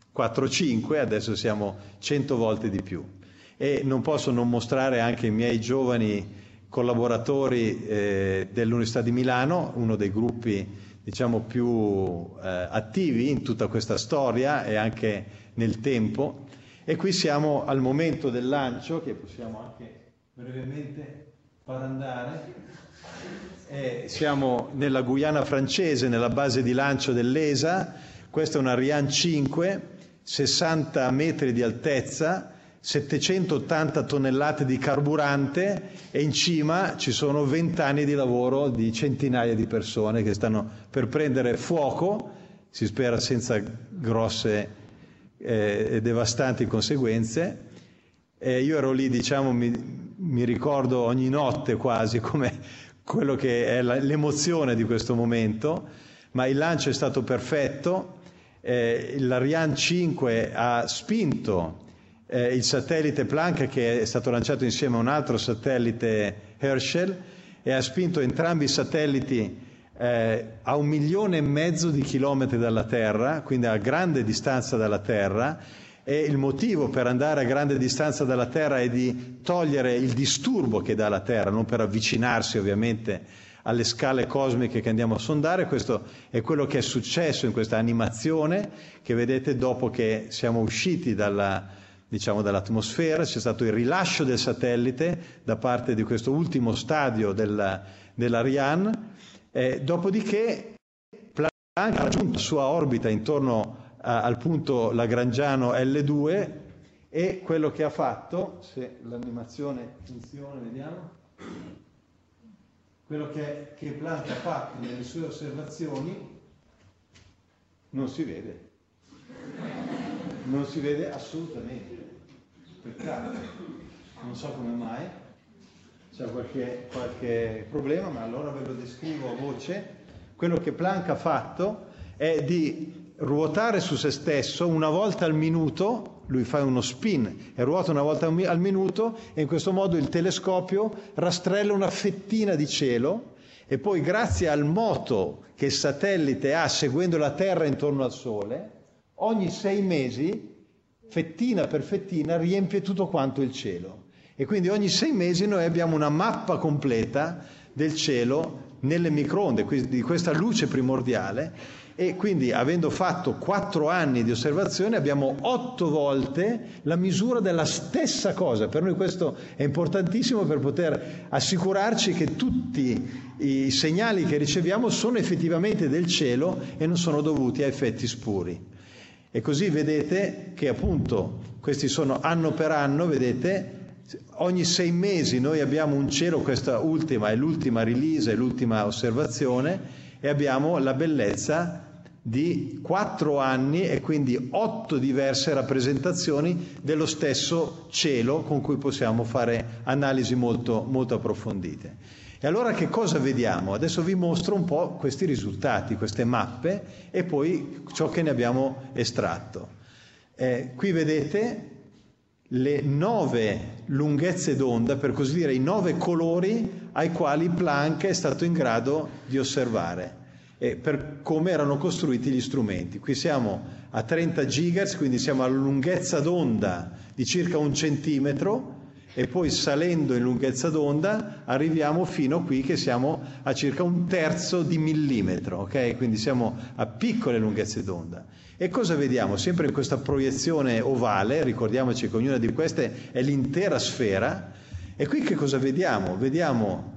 4-5, adesso siamo 100 volte di più. E non posso non mostrare anche i miei giovani collaboratori dell'Università di Milano, uno dei gruppi diciamo più attivi in tutta questa storia e anche nel tempo. E qui siamo al momento del lancio, che possiamo anche brevemente far andare. Siamo nella Guyana francese, nella base di lancio dell'ESA. Questa è una Ariane 5, 60 metri di altezza, 780 tonnellate di carburante, e in cima ci sono 20 anni di lavoro di centinaia di persone che stanno per prendere fuoco, si spera senza grosse e devastanti conseguenze. Io ero lì, diciamo, mi ricordo ogni notte quasi come quello che è l'emozione di questo momento, ma il lancio è stato perfetto. L'Ariane 5 ha spinto il satellite Planck, che è stato lanciato insieme a un altro satellite Herschel, e ha spinto entrambi i satelliti a 1,5 milioni di chilometri dalla Terra, quindi a grande distanza dalla Terra. E il motivo per andare a grande distanza dalla Terra è di togliere il disturbo che dà la Terra, non per avvicinarsi ovviamente alle scale cosmiche che andiamo a sondare. Questo è quello che è successo in questa animazione che vedete dopo che siamo usciti dall'atmosfera. C'è stato il rilascio del satellite da parte di questo ultimo stadio dell'Ariane. Dopodiché Planck ha raggiunto la sua orbita intorno al punto lagrangiano L2, e quello che ha fatto, se l'animazione funziona, vediamo, quello che Planck ha fatto nelle sue osservazioni non si vede assolutamente. Peccato, non so come mai. C'è qualche problema, ma allora ve lo descrivo a voce. Quello che Planck ha fatto è di ruotare su se stesso una volta al minuto. Lui fa uno spin e ruota una volta al minuto, e in questo modo il telescopio rastrella una fettina di cielo, e poi grazie al moto che il satellite ha seguendo la Terra intorno al Sole, ogni 6 mesi, fettina per fettina, riempie tutto quanto il cielo. E quindi ogni 6 mesi noi abbiamo una mappa completa del cielo nelle microonde, di questa luce primordiale. E quindi, avendo fatto 4 anni di osservazione, abbiamo 8 volte la misura della stessa cosa. Per noi questo è importantissimo per poter assicurarci che tutti i segnali che riceviamo sono effettivamente del cielo e non sono dovuti a effetti spuri. E così vedete che appunto questi sono anno per anno, vedete, ogni 6 mesi noi abbiamo un cielo. Questa ultima è l'ultima release, è l'ultima osservazione, e abbiamo la bellezza di 4 anni e quindi 8 diverse rappresentazioni dello stesso cielo con cui possiamo fare analisi molto, molto approfondite. E allora che cosa vediamo? Adesso vi mostro un po' questi risultati, queste mappe, e poi ciò che ne abbiamo estratto. Qui vedete le 9 lunghezze d'onda, per così dire, i 9 colori ai quali Planck è stato in grado di osservare, per come erano costruiti gli strumenti. Qui siamo a 30 GHz, quindi siamo alla lunghezza d'onda di circa 1 centimetro, e poi salendo in lunghezza d'onda arriviamo fino qui che siamo a circa 1/3 di millimetro, ok? Quindi siamo a piccole lunghezze d'onda. E cosa vediamo? Sempre in questa proiezione ovale, ricordiamoci che ognuna di queste è l'intera sfera. E qui che cosa vediamo? Vediamo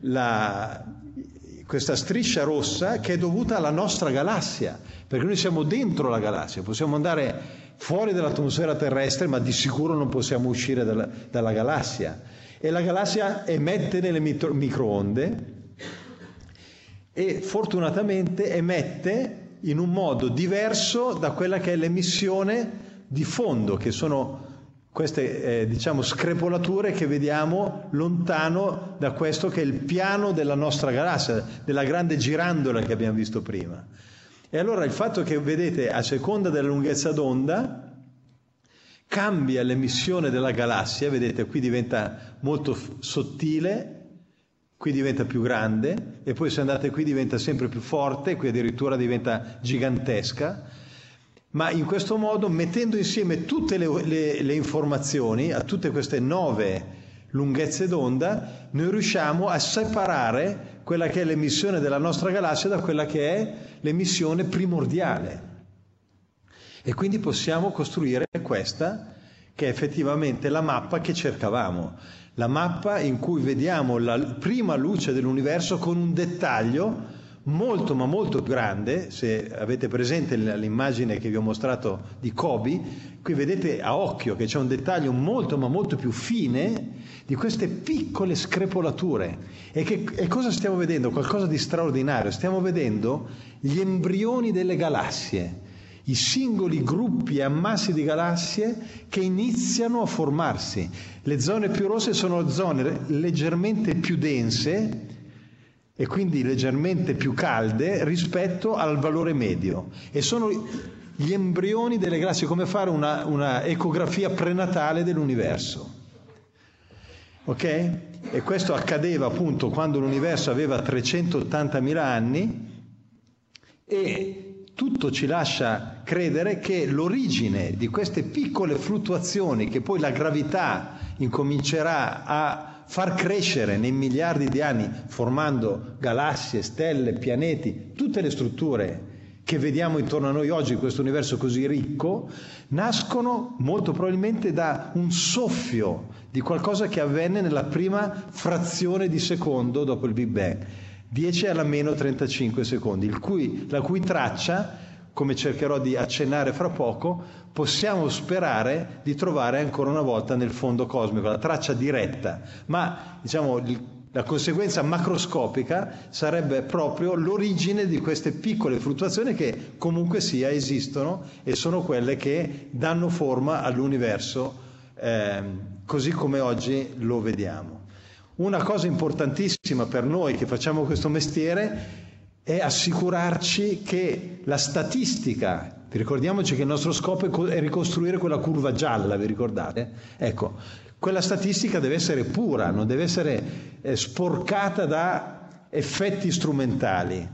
questa striscia rossa che è dovuta alla nostra galassia, perché noi siamo dentro la galassia, possiamo andare fuori dall'atmosfera terrestre, ma di sicuro non possiamo uscire dalla galassia. E la galassia emette nelle microonde, e fortunatamente emette in un modo diverso da quella che è l'emissione di fondo, che sono queste screpolature che vediamo lontano da questo che è il piano della nostra galassia, della grande girandola che abbiamo visto prima. E allora il fatto che, vedete, a seconda della lunghezza d'onda cambia l'emissione della galassia, vedete, qui diventa molto sottile, qui diventa più grande, e poi se andate qui diventa sempre più forte, qui addirittura diventa gigantesca. ma in questo modo, mettendo insieme tutte le informazioni a tutte queste 9 lunghezze d'onda, noi riusciamo a separare quella che è l'emissione della nostra galassia da quella che è l'emissione primordiale. E quindi possiamo costruire questa, che è effettivamente la mappa che cercavamo, la mappa in cui vediamo la prima luce dell'universo con un dettaglio molto ma molto grande. Se avete presente l'immagine che vi ho mostrato di COBE, qui vedete a occhio che c'è un dettaglio molto ma molto più fine di queste piccole screpolature. E cosa stiamo vedendo? Qualcosa di straordinario. Stiamo vedendo gli embrioni delle galassie, i singoli gruppi e ammassi di galassie che iniziano a formarsi. Le zone più rosse sono zone leggermente più dense e quindi leggermente più calde rispetto al valore medio, e sono gli embrioni delle galassie, come fare una ecografia prenatale dell'universo. Ok? E questo accadeva appunto quando l'universo aveva 380.000 anni, e tutto ci lascia credere che l'origine di queste piccole fluttuazioni, che poi la gravità incomincerà a far crescere nei miliardi di anni, formando galassie, stelle, pianeti, tutte le strutture che vediamo intorno a noi oggi in questo universo così ricco, nascono molto probabilmente da un soffio di qualcosa che avvenne nella prima frazione di secondo dopo il Big Bang, 10 alla meno 35 secondi, la cui traccia, come cercherò di accennare fra poco, possiamo sperare di trovare ancora una volta nel fondo cosmico, la traccia diretta, ma diciamo la conseguenza macroscopica sarebbe proprio l'origine di queste piccole fluttuazioni che comunque sia esistono e sono quelle che danno forma all'universo così come oggi lo vediamo. Una cosa importantissima per noi che facciamo questo mestiere è assicurarci che la statistica, ricordiamoci che il nostro scopo è ricostruire quella curva gialla, vi ricordate? Ecco, quella statistica deve essere pura, non deve essere sporcata da effetti strumentali.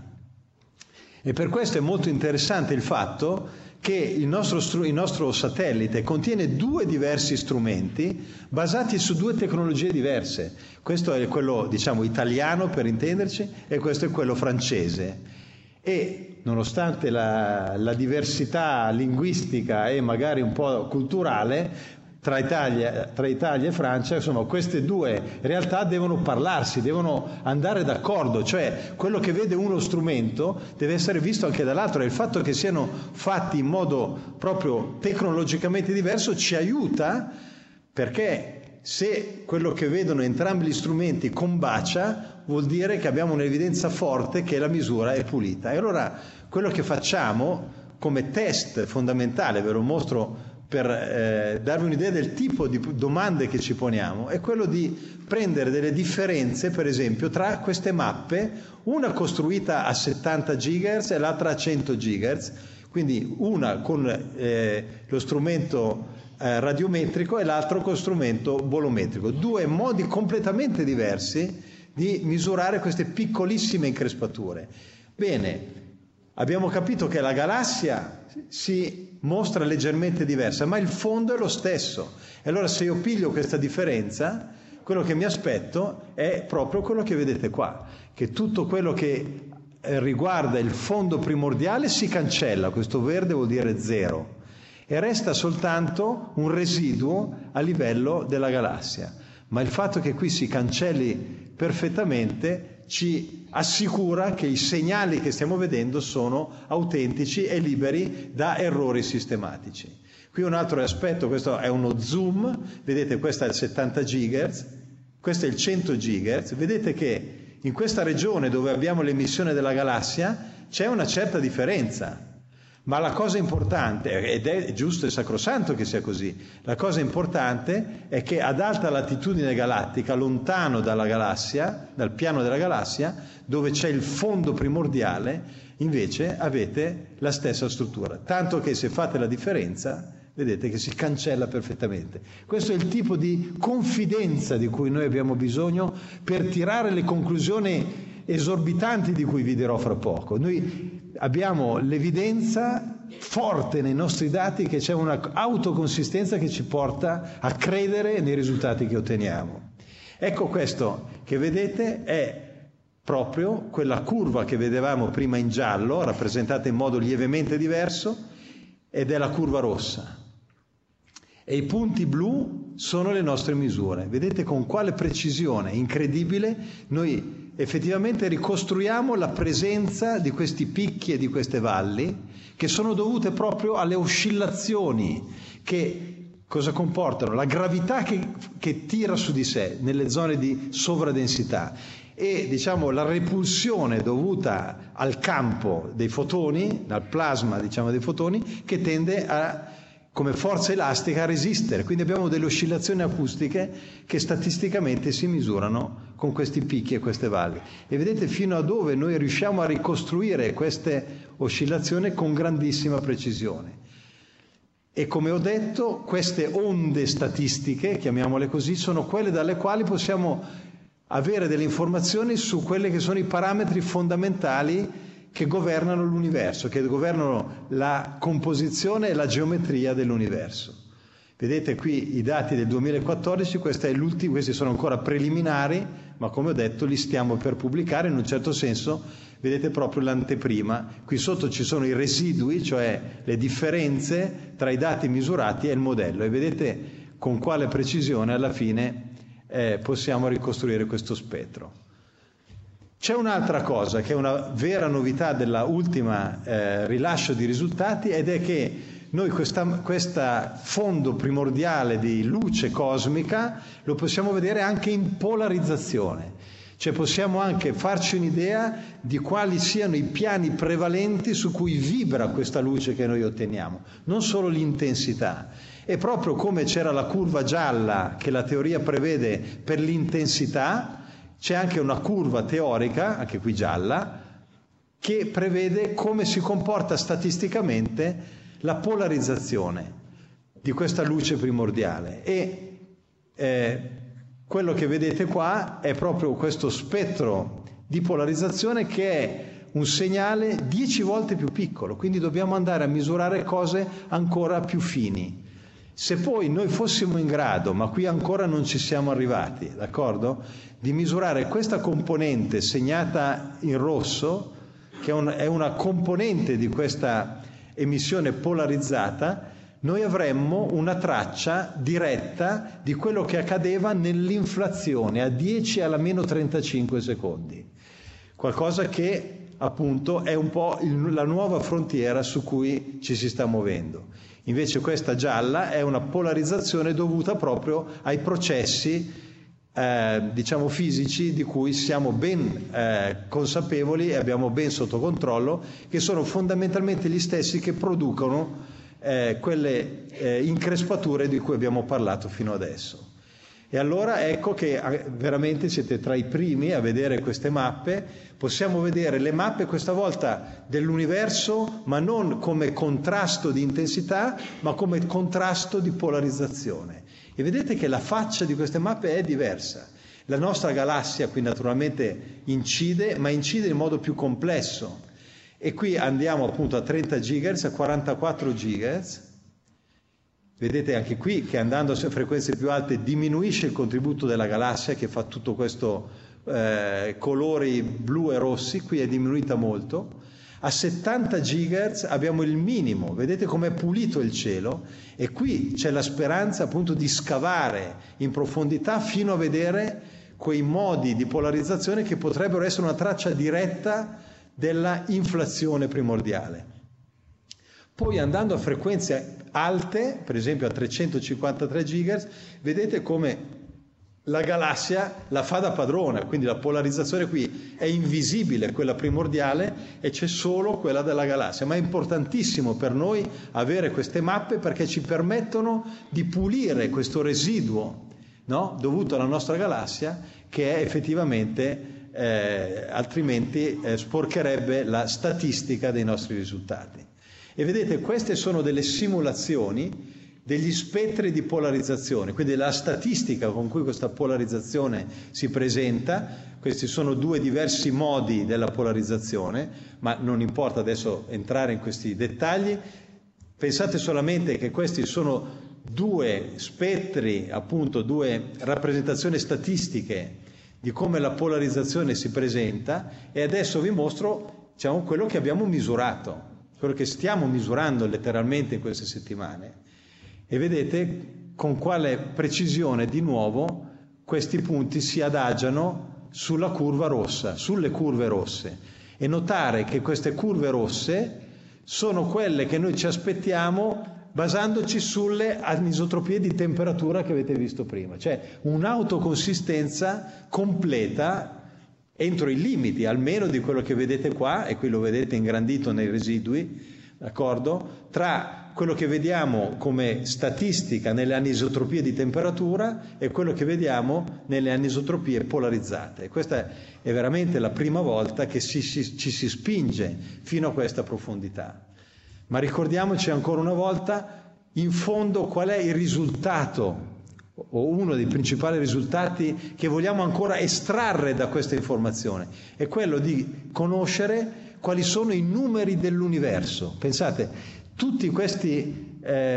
E per questo è molto interessante il fatto che il nostro satellite contiene 2 diversi strumenti basati su 2 tecnologie diverse. Questo è quello, diciamo, italiano per intenderci, e questo è quello francese. E nonostante la diversità linguistica e magari un po' culturale tra Italia e Francia, insomma, queste 2 realtà devono parlarsi, devono andare d'accordo, cioè quello che vede uno strumento deve essere visto anche dall'altro, e il fatto che siano fatti in modo proprio tecnologicamente diverso ci aiuta, perché se quello che vedono entrambi gli strumenti combacia, vuol dire che abbiamo un'evidenza forte che la misura è pulita. E allora quello che facciamo come test fondamentale, ve lo mostro per darvi un'idea del tipo di domande che ci poniamo, è quello di prendere delle differenze, per esempio, tra queste mappe, una costruita a 70 GHz e l'altra a 100 GHz, quindi una con lo strumento radiometrico e l'altro con lo strumento bolometrico. 2 modi completamente diversi di misurare queste piccolissime increspature. Bene, abbiamo capito che la galassia si mostra leggermente diversa, ma il fondo è lo stesso. E allora se io piglio questa differenza, quello che mi aspetto è proprio quello che vedete qua, che tutto quello che riguarda il fondo primordiale si cancella, questo verde vuol dire 0, e resta soltanto un residuo a livello della galassia. Ma il fatto che qui si cancelli perfettamente ci assicura che i segnali che stiamo vedendo sono autentici e liberi da errori sistematici. Qui un altro aspetto, questo è uno zoom, vedete questo è il 70 GHz, questo è il 100 GHz, vedete che in questa regione dove abbiamo l'emissione della galassia c'è una certa differenza. Ma la cosa importante, ed è giusto e sacrosanto che sia così, la cosa importante è che ad alta latitudine galattica, lontano dalla galassia, dal piano della galassia, dove c'è il fondo primordiale, invece avete la stessa struttura. Tanto che se fate la differenza, vedete che si cancella perfettamente. Questo è il tipo di confidenza di cui noi abbiamo bisogno per tirare le conclusioni esorbitanti di cui vi dirò fra poco. Noi abbiamo l'evidenza forte nei nostri dati che c'è una autoconsistenza che ci porta a credere nei risultati che otteniamo. Ecco, questo che vedete è proprio quella curva che vedevamo prima in giallo, rappresentata in modo lievemente diverso, ed è la curva rossa. E i punti blu sono le nostre misure. Vedete con quale precisione incredibile noi effettivamente ricostruiamo la presenza di questi picchi e di queste valli, che sono dovute proprio alle oscillazioni che cosa comportano? La gravità che tira su di sé nelle zone di sovradensità e diciamo la repulsione dovuta al campo dei fotoni, al plasma diciamo dei fotoni, che tende a, come forza elastica, a resistere. Quindi abbiamo delle oscillazioni acustiche che statisticamente si misurano con questi picchi e queste valli. E vedete fino a dove noi riusciamo a ricostruire queste oscillazioni con grandissima precisione. E come ho detto, queste onde statistiche, chiamiamole così, sono quelle dalle quali possiamo avere delle informazioni su quelli che sono i parametri fondamentali che governano l'universo, che governano la composizione e la geometria dell'universo. Vedete qui i dati del 2014, questi sono ancora preliminari, ma come ho detto li stiamo per pubblicare. In un certo senso vedete proprio l'anteprima. Qui sotto ci sono i residui, cioè le differenze tra i dati misurati e il modello, e vedete con quale precisione alla fine possiamo ricostruire questo spettro. C'è un'altra cosa che è una vera novità della ultima rilascio di risultati, ed è che noi questa fondo primordiale di luce cosmica lo possiamo vedere anche in polarizzazione, cioè possiamo anche farci un'idea di quali siano i piani prevalenti su cui vibra questa luce che noi otteniamo, non solo l'intensità. E proprio come c'era la curva gialla che la teoria prevede per l'intensità, c'è anche una curva teorica, anche qui gialla, che prevede come si comporta statisticamente la polarizzazione di questa luce primordiale. E quello che vedete qua è proprio questo spettro di polarizzazione che è un segnale 10 volte più piccolo, quindi dobbiamo andare a misurare cose ancora più fini. Se poi noi fossimo in grado, ma qui ancora non ci siamo arrivati, d'accordo? Di misurare questa componente segnata in rosso, che è una componente di questa emissione polarizzata, noi avremmo una traccia diretta di quello che accadeva nell'inflazione a 10 alla meno 35 secondi. Qualcosa che appunto è un po' la nuova frontiera su cui ci si sta muovendo. Invece questa gialla è una polarizzazione dovuta proprio ai processi diciamo fisici di cui siamo ben consapevoli e abbiamo ben sotto controllo, che sono fondamentalmente gli stessi che producono quelle increspature di cui abbiamo parlato fino adesso. E allora ecco che veramente siete tra i primi a vedere queste mappe. Possiamo vedere le mappe questa volta dell'universo, ma non come contrasto di intensità, ma come contrasto di polarizzazione. E vedete che la faccia di queste mappe è diversa. La nostra galassia qui naturalmente incide, ma incide in modo più complesso. E qui andiamo appunto a 30 GHz, a 44 GHz. Vedete anche qui che andando a frequenze più alte diminuisce il contributo della galassia, che fa tutto questo colori blu e rossi, qui è diminuita molto. A 70 GHz abbiamo il minimo, vedete com'è pulito il cielo, e qui c'è la speranza appunto di scavare in profondità fino a vedere quei modi di polarizzazione che potrebbero essere una traccia diretta della inflazione primordiale. Poi andando a frequenze alte, per esempio a 353 GHz, vedete come la galassia la fa da padrona, quindi la polarizzazione qui è invisibile, quella primordiale, e c'è solo quella della galassia. Ma è importantissimo per noi avere queste mappe perché ci permettono di pulire questo residuo, no? Dovuto alla nostra galassia, che è effettivamente altrimenti sporcherebbe la statistica dei nostri risultati. E vedete, queste sono delle simulazioni degli spettri di polarizzazione, quindi la statistica con cui questa polarizzazione si presenta. Questi sono due diversi modi della polarizzazione, ma non importa adesso entrare in questi dettagli. Pensate solamente che questi sono due spettri, appunto due rappresentazioni statistiche di come la polarizzazione si presenta, e adesso vi mostro, diciamo, quello che abbiamo misurato, quello che stiamo misurando letteralmente in queste settimane, e vedete con quale precisione di nuovo questi punti si adagiano sulla curva rossa, sulle curve rosse, e notare che queste curve rosse sono quelle che noi ci aspettiamo basandoci sulle anisotropie di temperatura che avete visto prima, cioè un'autoconsistenza completa entro i limiti almeno di quello che vedete qua, e qui lo vedete ingrandito nei residui, d'accordo? Tra quello che vediamo come statistica nelle anisotropie di temperatura e quello che vediamo nelle anisotropie polarizzate. Questa è veramente la prima volta che ci si spinge fino a questa profondità. Ma ricordiamoci ancora una volta, in fondo, qual è il risultato, o uno dei principali risultati che vogliamo ancora estrarre da questa informazione. È quello di conoscere quali sono i numeri dell'universo. Pensate, tutti queste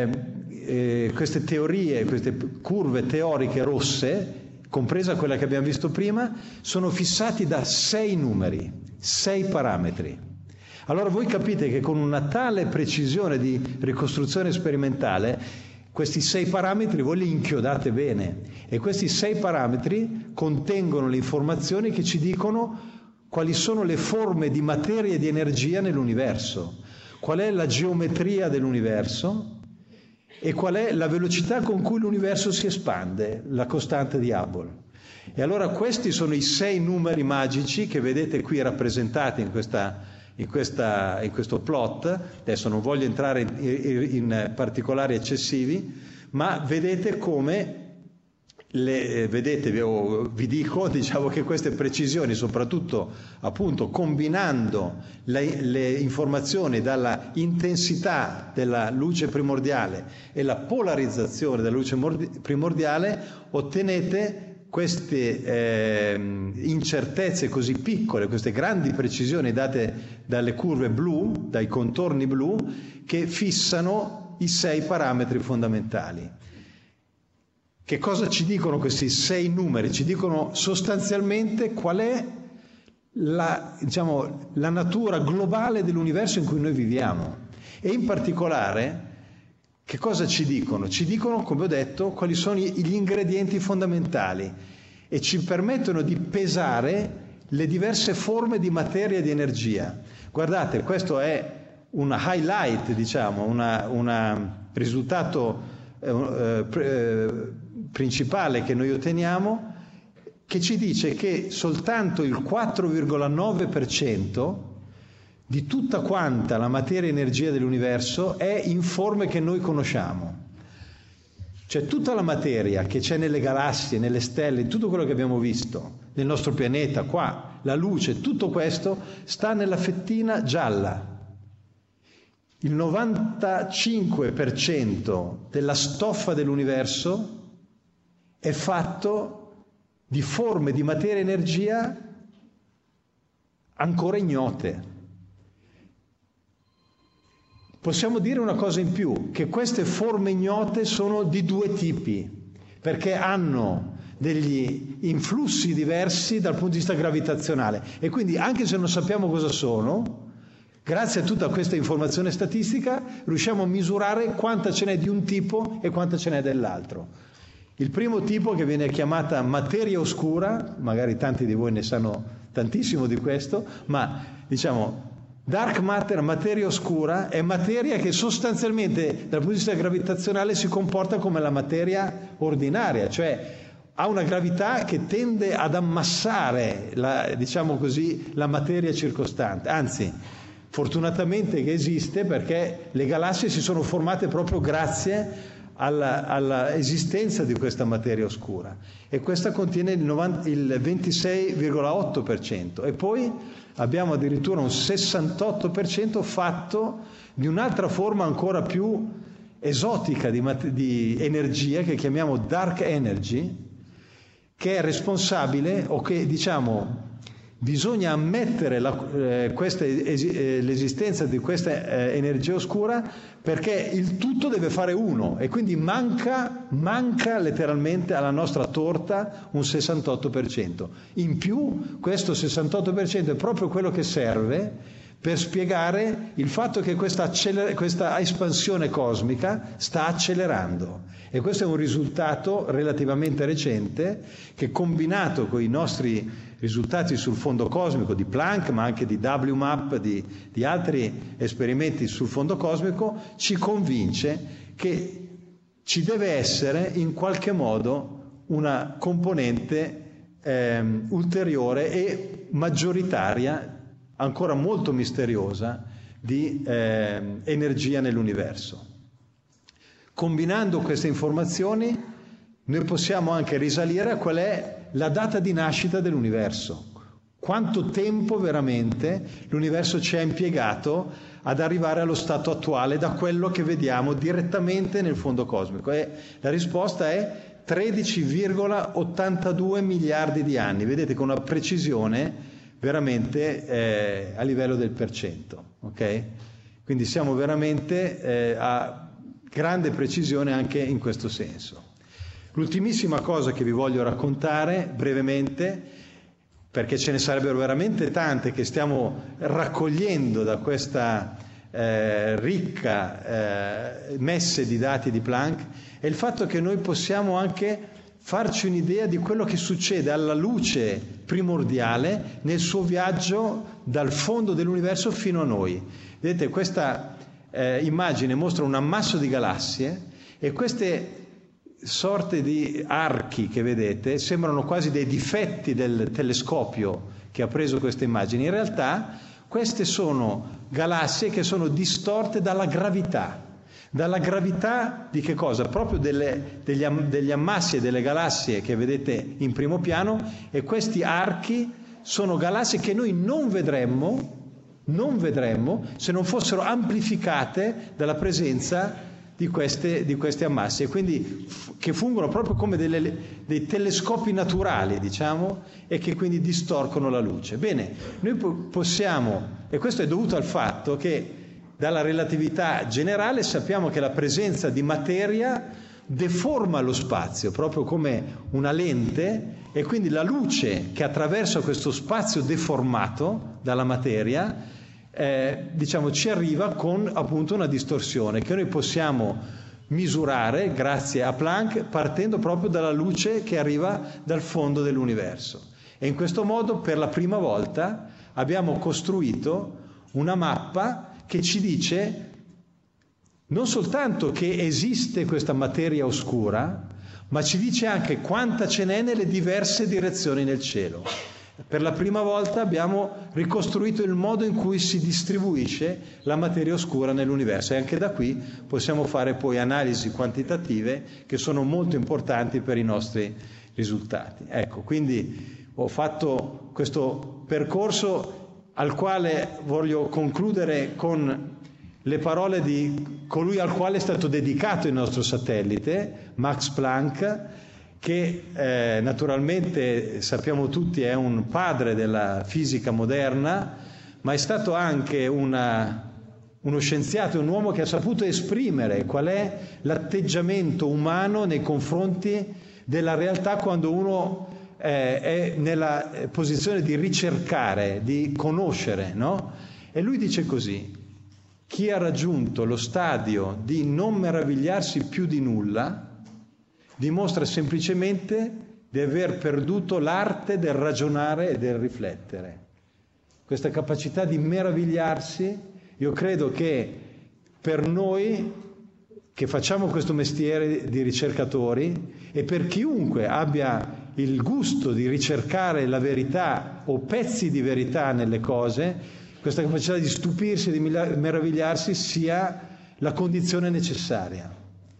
teorie, queste curve teoriche rosse, compresa quella che abbiamo visto prima, sono fissati da 6 numeri, 6 parametri. Allora voi capite che con una tale precisione di ricostruzione sperimentale, questi 6 parametri voi li inchiodate bene, e questi 6 parametri contengono le informazioni che ci dicono quali sono le forme di materia e di energia nell'universo, qual è la geometria dell'universo e qual è la velocità con cui l'universo si espande, la costante di Hubble. E allora questi sono i 6 numeri magici che vedete qui rappresentati in questo plot. Adesso non voglio entrare in particolari eccessivi, ma vedete come vi dico, diciamo, che queste precisioni, soprattutto appunto combinando le informazioni dalla intensità della luce primordiale e la polarizzazione della luce primordiale, ottenete queste incertezze così piccole, queste grandi precisioni date dalle curve blu, dai contorni blu, che fissano i 6 parametri fondamentali. Che cosa ci dicono questi 6 numeri? Ci dicono sostanzialmente qual è la natura globale dell'universo in cui noi viviamo. E in particolare, che cosa ci dicono? Ci dicono, come ho detto, quali sono gli ingredienti fondamentali, e ci permettono di pesare le diverse forme di materia e di energia. Guardate, questo è un highlight, diciamo, un risultato principale che noi otteniamo, che ci dice che soltanto il 4,9% di tutta quanta la materia e energia dell'universo è in forme che noi conosciamo. Cioè tutta la materia che c'è nelle galassie, nelle stelle, in tutto quello che abbiamo visto, nel nostro pianeta, qua, la luce, tutto questo sta nella fettina gialla. Il 95% della stoffa dell'universo è fatto di forme di materia e energia ancora ignote. Possiamo dire una cosa in più, che queste forme ignote sono di 2 tipi, perché hanno degli influssi diversi dal punto di vista gravitazionale, e quindi anche se non sappiamo cosa sono, grazie a tutta questa informazione statistica riusciamo a misurare quanta ce n'è di un tipo e quanta ce n'è dell'altro. Il primo tipo, che viene chiamata materia oscura, magari tanti di voi ne sanno tantissimo di questo, ma diciamo dark matter, materia oscura, è materia che sostanzialmente dal punto di vista gravitazionale si comporta come la materia ordinaria, cioè ha una gravità che tende ad ammassare diciamo così, la materia circostante. Anzi, fortunatamente che esiste, perché le galassie si sono formate proprio grazie alla esistenza di questa materia oscura, e questa contiene il 26,8%, e poi abbiamo addirittura un 68% fatto di un'altra forma ancora più esotica di energia che chiamiamo dark energy, che è responsabile, o che diciamo bisogna ammettere l'esistenza di questa energia oscura, perché il tutto deve fare uno, e quindi manca letteralmente alla nostra torta un 68%. In più questo 68% è proprio quello che serve per spiegare il fatto che questa espansione cosmica sta accelerando, e questo è un risultato relativamente recente che, combinato con i nostri risultati sul fondo cosmico di Planck, ma anche di WMAP, di altri esperimenti sul fondo cosmico, ci convince che ci deve essere in qualche modo una componente ulteriore e maggioritaria, ancora molto misteriosa, di energia nell'universo. Combinando queste informazioni noi possiamo anche risalire a qual è la data di nascita dell'universo. Quanto tempo veramente l'universo ci ha impiegato ad arrivare allo stato attuale da quello che vediamo direttamente nel fondo cosmico? E la risposta è 13,82 miliardi di anni. Vedete, con una precisione veramente a livello del percento, ok? Quindi siamo veramente a grande precisione anche in questo senso. L'ultimissima cosa che vi voglio raccontare brevemente, perché ce ne sarebbero veramente tante che stiamo raccogliendo da questa ricca messe di dati di Planck, è il fatto che noi possiamo anche farci un'idea di quello che succede alla luce primordiale nel suo viaggio dal fondo dell'universo fino a noi. Vedete, questa immagine mostra un ammasso di galassie, e queste sorte di archi che vedete sembrano quasi dei difetti del telescopio che ha preso queste immagini. In realtà queste sono galassie che sono distorte dalla gravità. Dalla gravità di che cosa? Proprio degli ammassi e delle galassie che vedete in primo piano, e questi archi sono galassie che noi non vedremmo se non fossero amplificate dalla presenza di questi ammassi, e quindi che fungono proprio come dei telescopi naturali, diciamo, e che quindi distorcono la luce. Bene, noi possiamo, e questo è dovuto al fatto che dalla relatività generale sappiamo che la presenza di materia deforma lo spazio, proprio come una lente, e quindi la luce che attraversa questo spazio deformato dalla materia diciamo ci arriva con appunto una distorsione che noi possiamo misurare grazie a Planck, partendo proprio dalla luce che arriva dal fondo dell'universo. E in questo modo per la prima volta abbiamo costruito una mappa che ci dice non soltanto che esiste questa materia oscura, ma ci dice anche quanta ce n'è nelle diverse direzioni nel cielo. Per la prima volta abbiamo ricostruito il modo in cui si distribuisce la materia oscura nell'universo, e anche da qui possiamo fare poi analisi quantitative che sono molto importanti per i nostri risultati. Ecco, quindi ho fatto questo percorso al quale voglio concludere con le parole di colui al quale è stato dedicato il nostro satellite, Max Planck, che naturalmente sappiamo tutti è un padre della fisica moderna, ma è stato anche uno scienziato, un uomo che ha saputo esprimere qual è l'atteggiamento umano nei confronti della realtà quando uno è nella posizione di ricercare, di conoscere, no? E lui dice così: chi ha raggiunto lo stadio di non meravigliarsi più di nulla dimostra semplicemente di aver perduto l'arte del ragionare e del riflettere. Questa capacità di meravigliarsi, io credo che per noi che facciamo questo mestiere di ricercatori, e per chiunque abbia il gusto di ricercare la verità o pezzi di verità nelle cose, questa capacità di stupirsi e di meravigliarsi sia la condizione necessaria.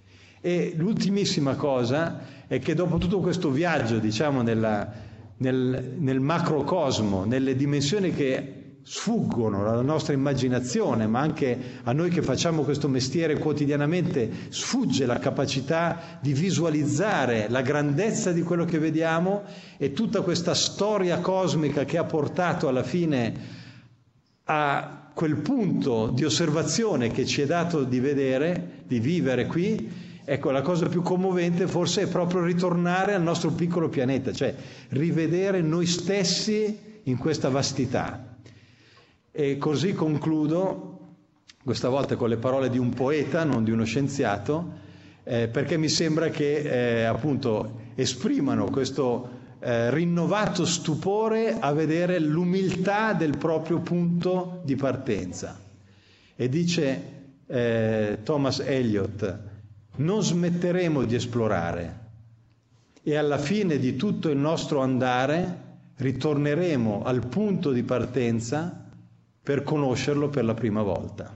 E l'ultimissima cosa è che dopo tutto questo viaggio, diciamo, nel macrocosmo, nelle dimensioni che sfuggono alla nostra immaginazione, ma anche a noi che facciamo questo mestiere quotidianamente sfugge la capacità di visualizzare la grandezza di quello che vediamo e tutta questa storia cosmica che ha portato alla fine a quel punto di osservazione che ci è dato di vedere, di vivere qui. Ecco, la cosa più commovente forse è proprio ritornare al nostro piccolo pianeta, cioè rivedere noi stessi in questa vastità. E così concludo, questa volta con le parole di un poeta, non di uno scienziato, perché mi sembra che appunto esprimano questo rinnovato stupore a vedere l'umiltà del proprio punto di partenza. E dice Thomas Eliot: non smetteremo di esplorare e alla fine di tutto il nostro andare ritorneremo al punto di partenza per conoscerlo per la prima volta.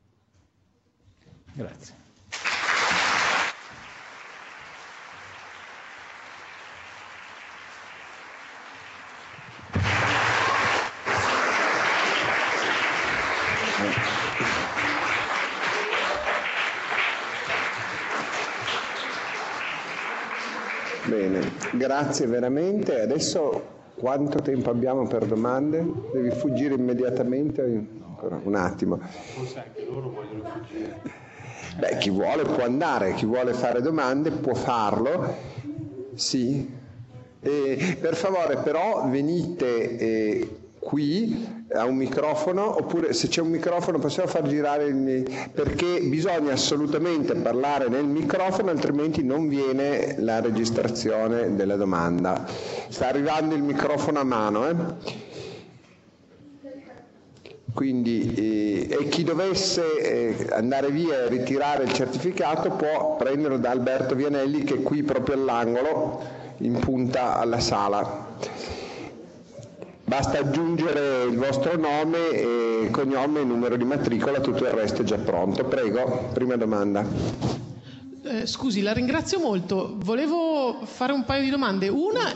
Grazie. Bene, grazie veramente. Adesso quanto tempo abbiamo per domande? Devi fuggire immediatamente? Ancora un attimo. Forse anche loro vogliono fuggire. Beh, chi vuole può andare, chi vuole fare domande può farlo. Sì. Per favore però venite qui a un microfono, oppure se c'è un microfono possiamo far girare perché bisogna assolutamente parlare nel microfono, altrimenti non viene la registrazione della domanda. Sta arrivando il microfono a mano, Quindi e chi dovesse andare via e ritirare il certificato può prenderlo da Alberto Vianelli, che è qui proprio all'angolo in punta alla sala. Basta aggiungere il vostro nome, cognome e numero di matricola, tutto il resto è già pronto. Prego, prima domanda. Scusi, la ringrazio molto. Volevo fare un paio di domande. Una,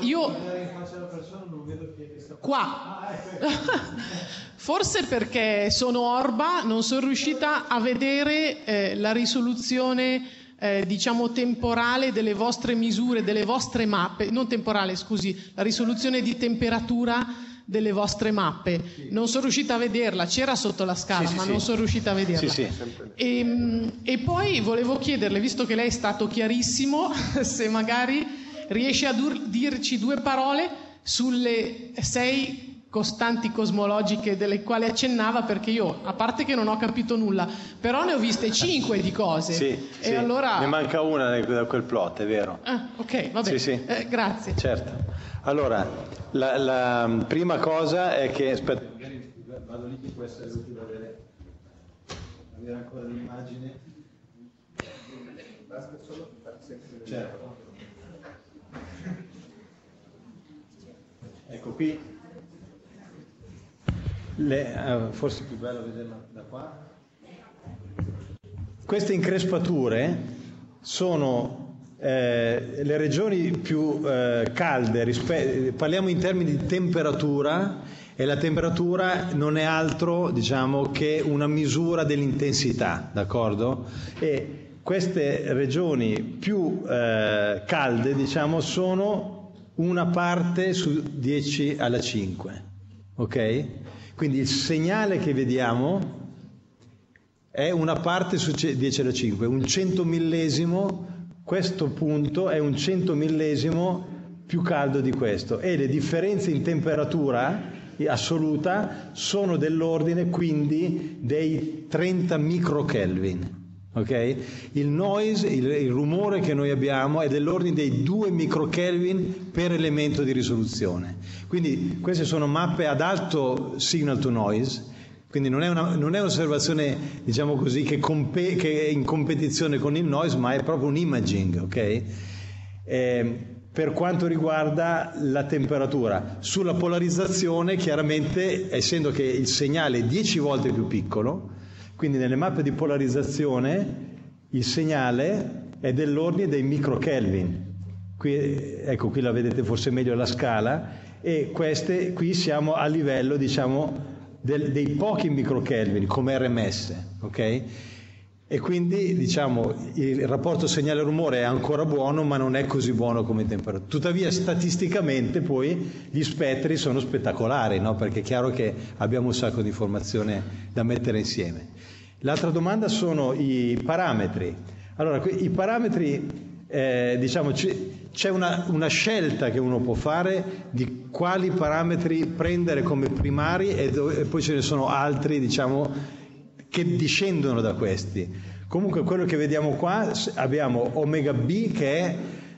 qua. Forse perché sono orba, non sono riuscita a vedere la risoluzione diciamo temporale delle vostre misure, delle vostre mappe, non temporale, scusi, la risoluzione di temperatura delle vostre mappe. Non sono riuscita a vederla, c'era sotto la scala, ma non sono riuscita a vederla. E poi volevo chiederle, visto che lei è stato chiarissimo, se magari riesce a dirci due parole sulle 6 costanti cosmologiche delle quali accennava, perché io, a parte che non ho capito nulla, però ne ho viste 5 di cose. Sì, allora... ne manca una da quel plot, è vero. Ok, va bene. Sì. Grazie. Certo. Allora, la prima cosa è che... Aspetta, vado lì, che può essere utile avere ancora l'immagine. Basta solo certo. Ecco qui. Forse è più bello vederla da qua. Queste increspature sono le regioni più calde, parliamo in termini di temperatura, e la temperatura non è altro, diciamo, che una misura dell'intensità, d'accordo? E queste regioni più calde, diciamo, sono una parte su 10 alla 5, ok? Quindi il segnale che vediamo è una parte su 10 alla 5, un 100 millesimo, questo punto è un 100 millesimo più caldo di questo, e le differenze in temperatura assoluta sono dell'ordine quindi dei 30 microkelvin. Okay? Il noise, il rumore che noi abbiamo è dell'ordine dei 2 microkelvin per elemento di risoluzione. Quindi queste sono mappe ad alto signal to noise, quindi non è un'osservazione, diciamo così, che è in competizione con il noise, ma è proprio un imaging, ok? Per quanto riguarda la temperatura, sulla polarizzazione, chiaramente, essendo che il segnale è 10 volte più piccolo, quindi nelle mappe di polarizzazione il segnale è dell'ordine dei microkelvin. Ecco, qui la vedete forse meglio la scala, e qui siamo a livello, diciamo, dei pochi microkelvin come RMS, ok? E quindi diciamo il rapporto segnale-rumore è ancora buono, ma non è così buono come temperatura. Tuttavia statisticamente poi gli spettri sono spettacolari, no? Perché è chiaro che abbiamo un sacco di informazione da mettere insieme. L'altra domanda sono i parametri. Allora, i parametri, diciamo, c'è una scelta che uno può fare di quali parametri prendere come primari e poi ce ne sono altri, diciamo, che discendono da questi. Comunque quello che vediamo qua, abbiamo omega B che è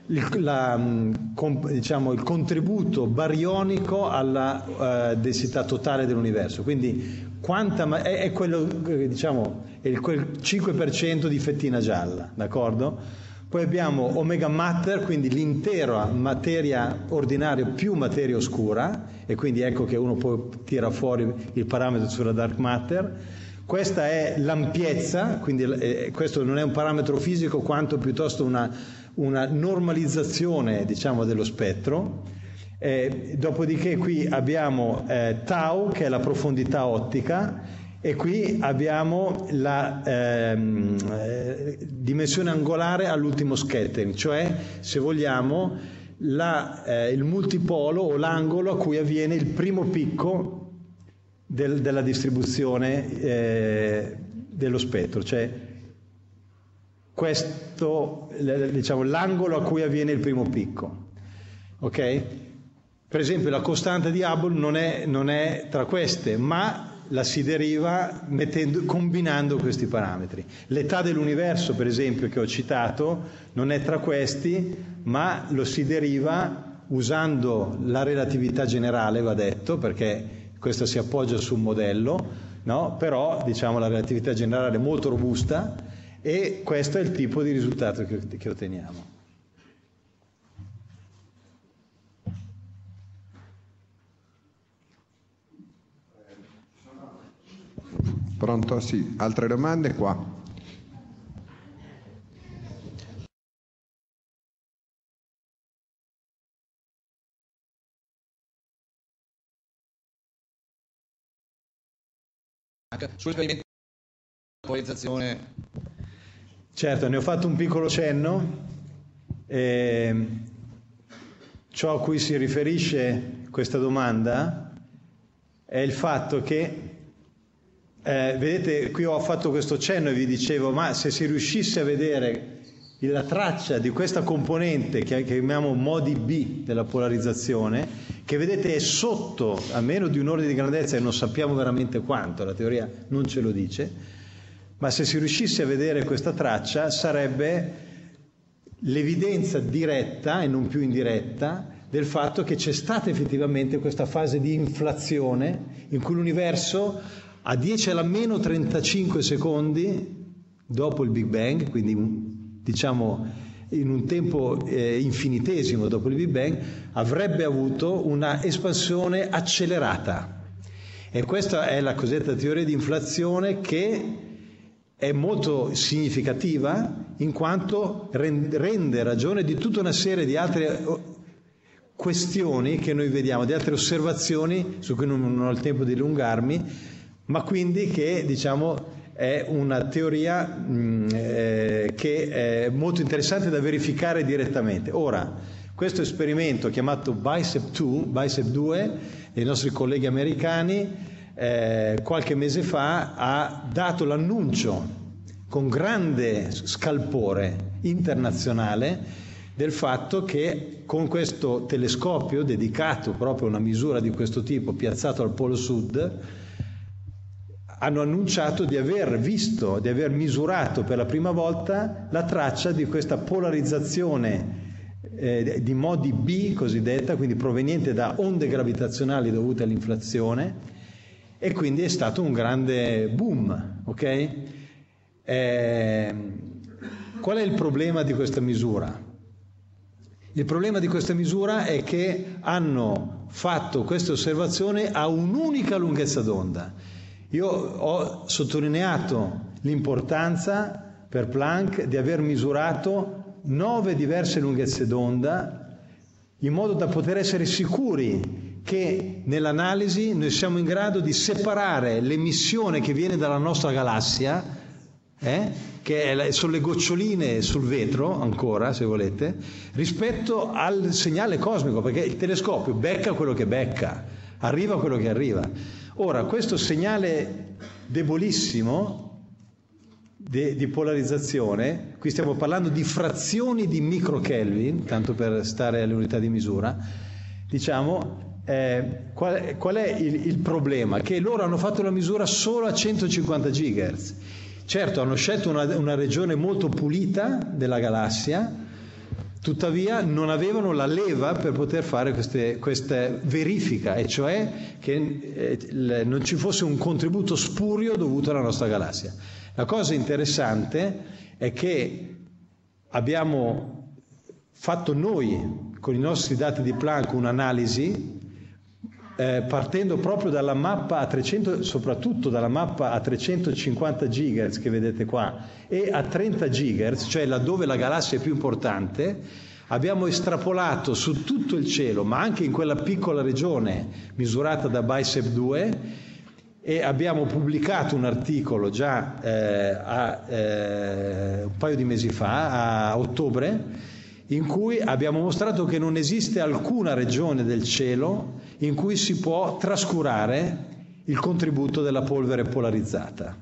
diciamo, il contributo barionico alla densità totale dell'universo, quindi è quello, diciamo, è quel 5% di fettina gialla, d'accordo? Poi abbiamo omega matter, quindi l'intera materia ordinaria più materia oscura, e quindi ecco che uno poi tira fuori il parametro sulla dark matter. Questa è l'ampiezza, quindi questo non è un parametro fisico quanto piuttosto una normalizzazione, diciamo, dello spettro. Dopodiché qui abbiamo tau, che è la profondità ottica, e qui abbiamo la dimensione angolare all'ultimo scattering, cioè, se vogliamo, il multipolo o l'angolo a cui avviene il primo picco della distribuzione dello spettro, cioè questo, diciamo, l'angolo a cui avviene il primo picco, ok? Per esempio la costante di Hubble non è tra queste, ma la si deriva combinando questi parametri. L'età dell'universo, per esempio, che ho citato, non è tra questi, ma lo si deriva usando la relatività generale, va detto, perché questo si appoggia su un modello, no? Però diciamo la relatività generale è molto robusta e questo è il tipo di risultato che otteniamo. Pronto? Sì, altre domande qua? Sull'esperimento di polarizzazione. Certo, ne ho fatto un piccolo cenno. Ciò a cui si riferisce questa domanda è il fatto che, vedete, qui ho fatto questo cenno e vi dicevo, ma se si riuscisse a vedere la traccia di questa componente che chiamiamo modi B della polarizzazione, che vedete è sotto a meno di un ordine di grandezza e non sappiamo veramente quanto, la teoria non ce lo dice, ma se si riuscisse a vedere questa traccia sarebbe l'evidenza diretta e non più indiretta del fatto che c'è stata effettivamente questa fase di inflazione in cui l'universo a 10 alla meno 35 secondi dopo il Big Bang, quindi diciamo in un tempo infinitesimo dopo il Big Bang, avrebbe avuto una espansione accelerata. E questa è la cosiddetta teoria di inflazione, che è molto significativa in quanto rende ragione di tutta una serie di altre questioni che noi vediamo, di altre osservazioni su cui non ho il tempo di dilungarmi, ma quindi che, diciamo, è una teoria che è molto interessante da verificare direttamente. Ora, questo esperimento chiamato BICEP 2 dei nostri colleghi americani qualche mese fa ha dato l'annuncio con grande scalpore internazionale del fatto che con questo telescopio dedicato proprio a una misura di questo tipo, piazzato al Polo Sud, hanno annunciato di aver visto, di aver misurato per la prima volta la traccia di questa polarizzazione di modi B cosiddetta, quindi proveniente da onde gravitazionali dovute all'inflazione, e quindi è stato un grande boom, ok? Qual è il problema di questa misura? Il problema di questa misura è che hanno fatto questa osservazione a un'unica lunghezza d'onda. Io ho sottolineato l'importanza per Planck di aver misurato 9 diverse lunghezze d'onda in modo da poter essere sicuri che nell'analisi noi siamo in grado di separare l'emissione che viene dalla nostra galassia, che sono le goccioline sul vetro, ancora se volete, rispetto al segnale cosmico, perché il telescopio becca quello che becca, arriva quello che arriva. Ora, questo segnale debolissimo di polarizzazione, qui stiamo parlando di frazioni di microkelvin, tanto per stare alle unità di misura, diciamo, qual è il problema? Che loro hanno fatto la misura solo a 150 GHz. Certo, hanno scelto una regione molto pulita della galassia, tuttavia non avevano la leva per poter fare questa verifica, e cioè che non ci fosse un contributo spurio dovuto alla nostra galassia. La cosa interessante è che abbiamo fatto noi, con i nostri dati di Planck, un'analisi partendo proprio dalla mappa a 300, soprattutto dalla mappa a 350 GHz che vedete qua, e a 30 GHz, cioè laddove la galassia è più importante, abbiamo estrapolato su tutto il cielo, ma anche in quella piccola regione misurata da BICEP 2, e abbiamo pubblicato un articolo già un paio di mesi fa, a ottobre, in cui abbiamo mostrato che non esiste alcuna regione del cielo in cui si può trascurare il contributo della polvere polarizzata.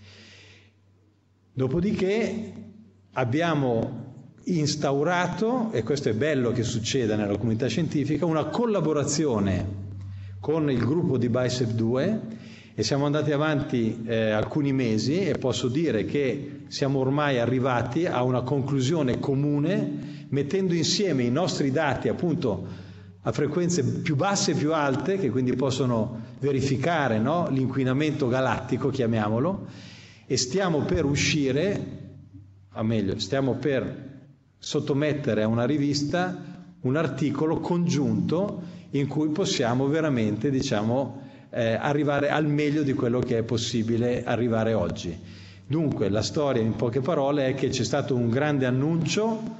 Dopodiché abbiamo instaurato, e questo è bello che succeda nella comunità scientifica, una collaborazione con il gruppo di BICEP 2, e siamo andati avanti alcuni mesi, e posso dire che siamo ormai arrivati a una conclusione comune, mettendo insieme i nostri dati appunto a frequenze più basse e più alte, che quindi possono verificare, no, l'inquinamento galattico, chiamiamolo, e stiamo per uscire, o meglio, stiamo per sottomettere a una rivista un articolo congiunto in cui possiamo veramente, diciamo, arrivare al meglio di quello che è possibile arrivare oggi. Dunque, la storia in poche parole è che c'è stato un grande annuncio,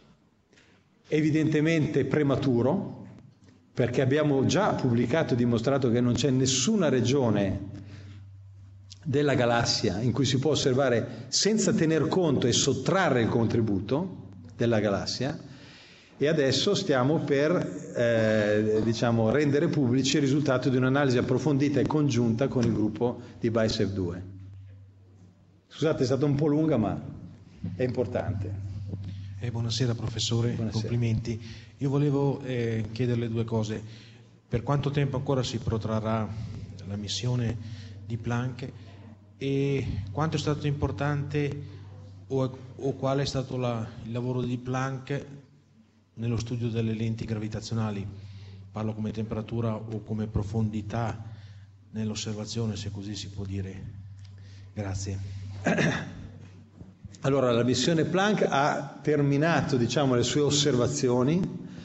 evidentemente prematuro, perché abbiamo già pubblicato e dimostrato che non c'è nessuna regione della galassia in cui si può osservare senza tener conto e sottrarre il contributo della galassia, e adesso stiamo per diciamo, rendere pubblici il risultato di un'analisi approfondita e congiunta con il gruppo di BICEP 2. Scusate, è stata un po' lunga, ma è importante. Buonasera professore, Buonasera. Complimenti. Io volevo chiederle due cose. Per quanto tempo ancora si protrarrà la missione di Planck, e quanto è stato importante o qual è stato il lavoro di Planck nello studio delle lenti gravitazionali? Parlo come temperatura o come profondità nell'osservazione, se così si può dire. Grazie. Allora, la missione Planck ha terminato, diciamo, le sue osservazioni.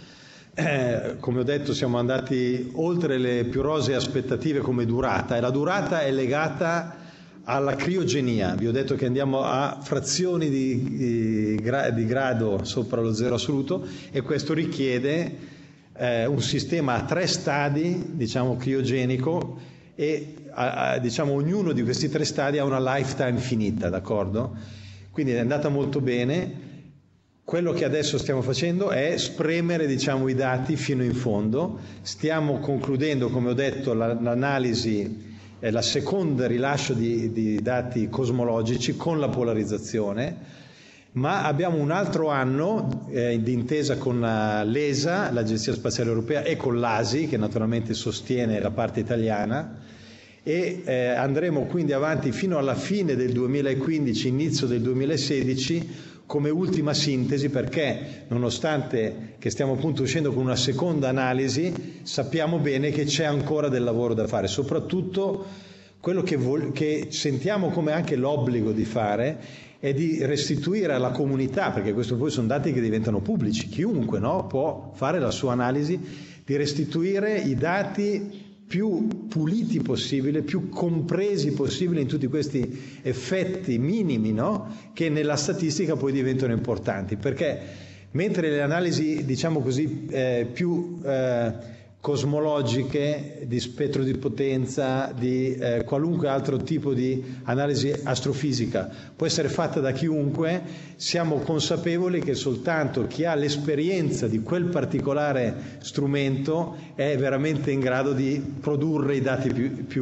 Come ho detto, siamo andati oltre le più rosee aspettative come durata, e la durata è legata alla criogenia. Vi ho detto che andiamo a frazioni di grado sopra lo zero assoluto, e questo richiede un sistema a 3 stadi, diciamo, criogenico, e diciamo ognuno di questi 3 stadi ha una lifetime finita, d'accordo? Quindi è andata molto bene. Quello che adesso stiamo facendo è spremere, diciamo, i dati fino in fondo. Stiamo concludendo, come ho detto, l'analisi, la seconda rilascio di dati cosmologici con la polarizzazione, ma abbiamo un altro anno d'intesa con l'ESA, l'Agenzia Spaziale Europea, e con l'ASI, che naturalmente sostiene la parte italiana, e andremo quindi avanti fino alla fine del 2015, inizio del 2016, come ultima sintesi, perché nonostante che stiamo appunto uscendo con una seconda analisi, sappiamo bene che c'è ancora del lavoro da fare, soprattutto quello che sentiamo come anche l'obbligo di fare è di restituire alla comunità, perché questo poi sono dati che diventano pubblici, chiunque, no, può fare la sua analisi, di restituire i dati più puliti possibile, più compresi possibile in tutti questi effetti minimi, no? Che nella statistica poi diventano importanti, perché mentre le analisi, diciamo così, più cosmologiche, di spettro di potenza, di qualunque altro tipo di analisi astrofisica. Può essere fatta da chiunque, siamo consapevoli che soltanto chi ha l'esperienza di quel particolare strumento è veramente in grado di produrre i dati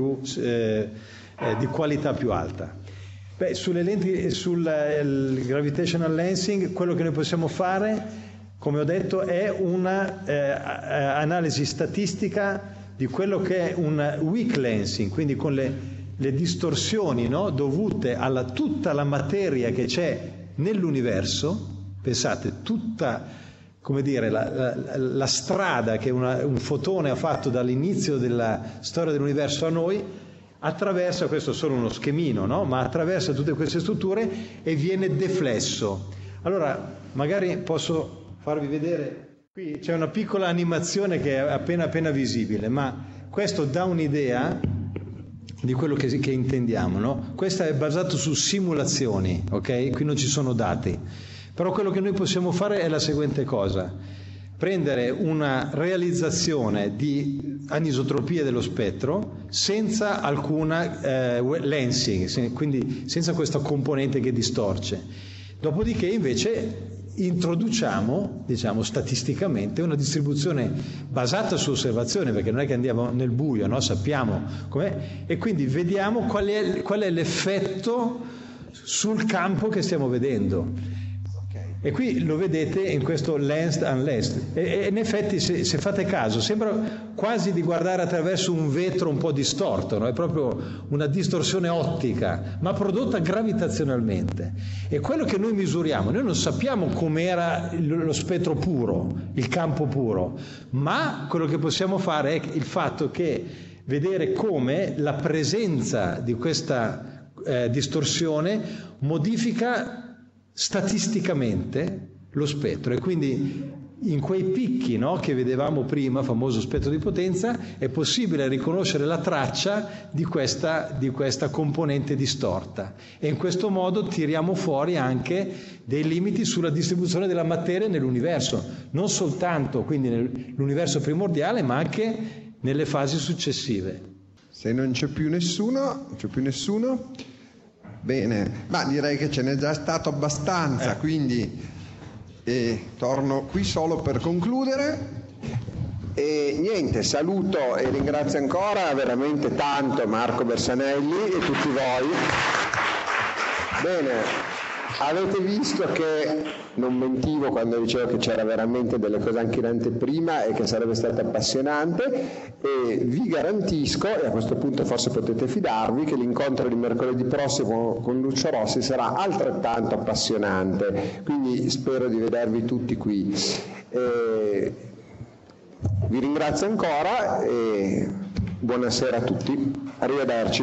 di qualità più alta. Sulle lenti, sul gravitational lensing, quello che noi possiamo fare, come ho detto, è una analisi statistica di quello che è un weak lensing, quindi con le distorsioni, no, dovute a tutta la materia che c'è nell'universo. Pensate, tutta, come dire, la strada che un fotone ha fatto dall'inizio della storia dell'universo a noi, attraversa, questo è solo uno schemino, no? Ma attraversa tutte queste strutture e viene deflesso. Allora, magari posso farvi vedere, qui c'è una piccola animazione che è appena visibile, ma questo dà un'idea di quello che intendiamo, no? Questo è basato su simulazioni, ok? Qui non ci sono dati, però quello che noi possiamo fare è la seguente cosa: prendere una realizzazione di anisotropia dello spettro senza alcuna lensing, quindi senza questa componente che distorce. Dopodiché invece introduciamo, diciamo, statisticamente una distribuzione basata su osservazione, perché non è che andiamo nel buio, no? Sappiamo com'è, e quindi vediamo qual è l'effetto sul campo che stiamo vedendo. E qui lo vedete in questo lensed unlensed, e in effetti se fate caso sembra quasi di guardare attraverso un vetro un po' distorto, no? È proprio una distorsione ottica, ma prodotta gravitazionalmente. E quello che noi misuriamo, noi non sappiamo com'era lo spettro puro, il campo puro, ma quello che possiamo fare è il fatto che vedere come la presenza di questa distorsione modifica statisticamente lo spettro, e quindi in quei picchi, no, che vedevamo prima, famoso spettro di potenza, è possibile riconoscere la traccia di questa componente distorta, e in questo modo tiriamo fuori anche dei limiti sulla distribuzione della materia nell'universo, non soltanto quindi nell'universo primordiale, ma anche nelle fasi successive. Se non c'è più nessuno, bene, ma direi che ce n'è già stato abbastanza, quindi torno qui solo per concludere. E niente, saluto e ringrazio ancora veramente tanto Marco Bersanelli e tutti voi. Bene, avete visto che non mentivo quando dicevo che c'era veramente delle cose anche in anteprima e che sarebbe stato appassionante, e vi garantisco, e a questo punto forse potete fidarvi, che l'incontro di mercoledì prossimo con Lucio Rossi sarà altrettanto appassionante, quindi spero di vedervi tutti qui. Vi ringrazio ancora e buonasera a tutti, arrivederci.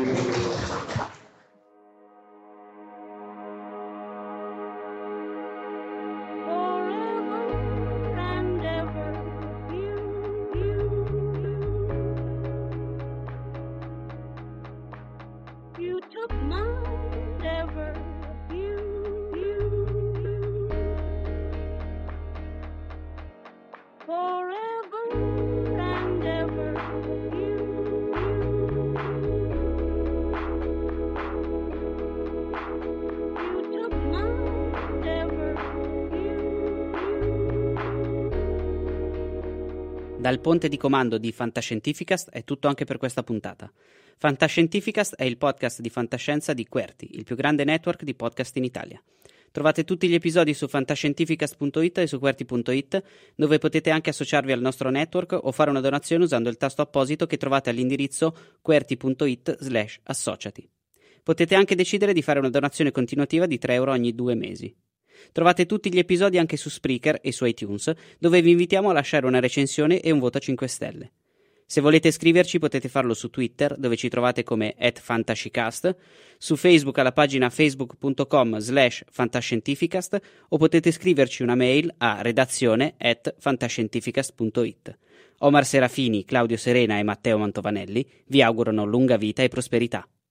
Dal ponte di comando di Fantascientificast è tutto anche per questa puntata. Fantascientificast è il podcast di fantascienza di QWERTY, il più grande network di podcast in Italia. Trovate tutti gli episodi su fantascientificast.it e su QWERTY.it, dove potete anche associarvi al nostro network o fare una donazione usando il tasto apposito che trovate all'indirizzo QWERTY.it/associati. Potete anche decidere di fare una donazione continuativa di €3 ogni 2 mesi. Trovate tutti gli episodi anche su Spreaker e su iTunes, dove vi invitiamo a lasciare una recensione e un voto a 5 stelle. Se volete scriverci potete farlo su Twitter, dove ci trovate come @fantascicast, su Facebook alla pagina facebook.com/fantascientificast, o potete scriverci una mail a redazione@fantascientificast.it. Omar Serafini, Claudio Serena e Matteo Mantovanelli vi augurano lunga vita e prosperità.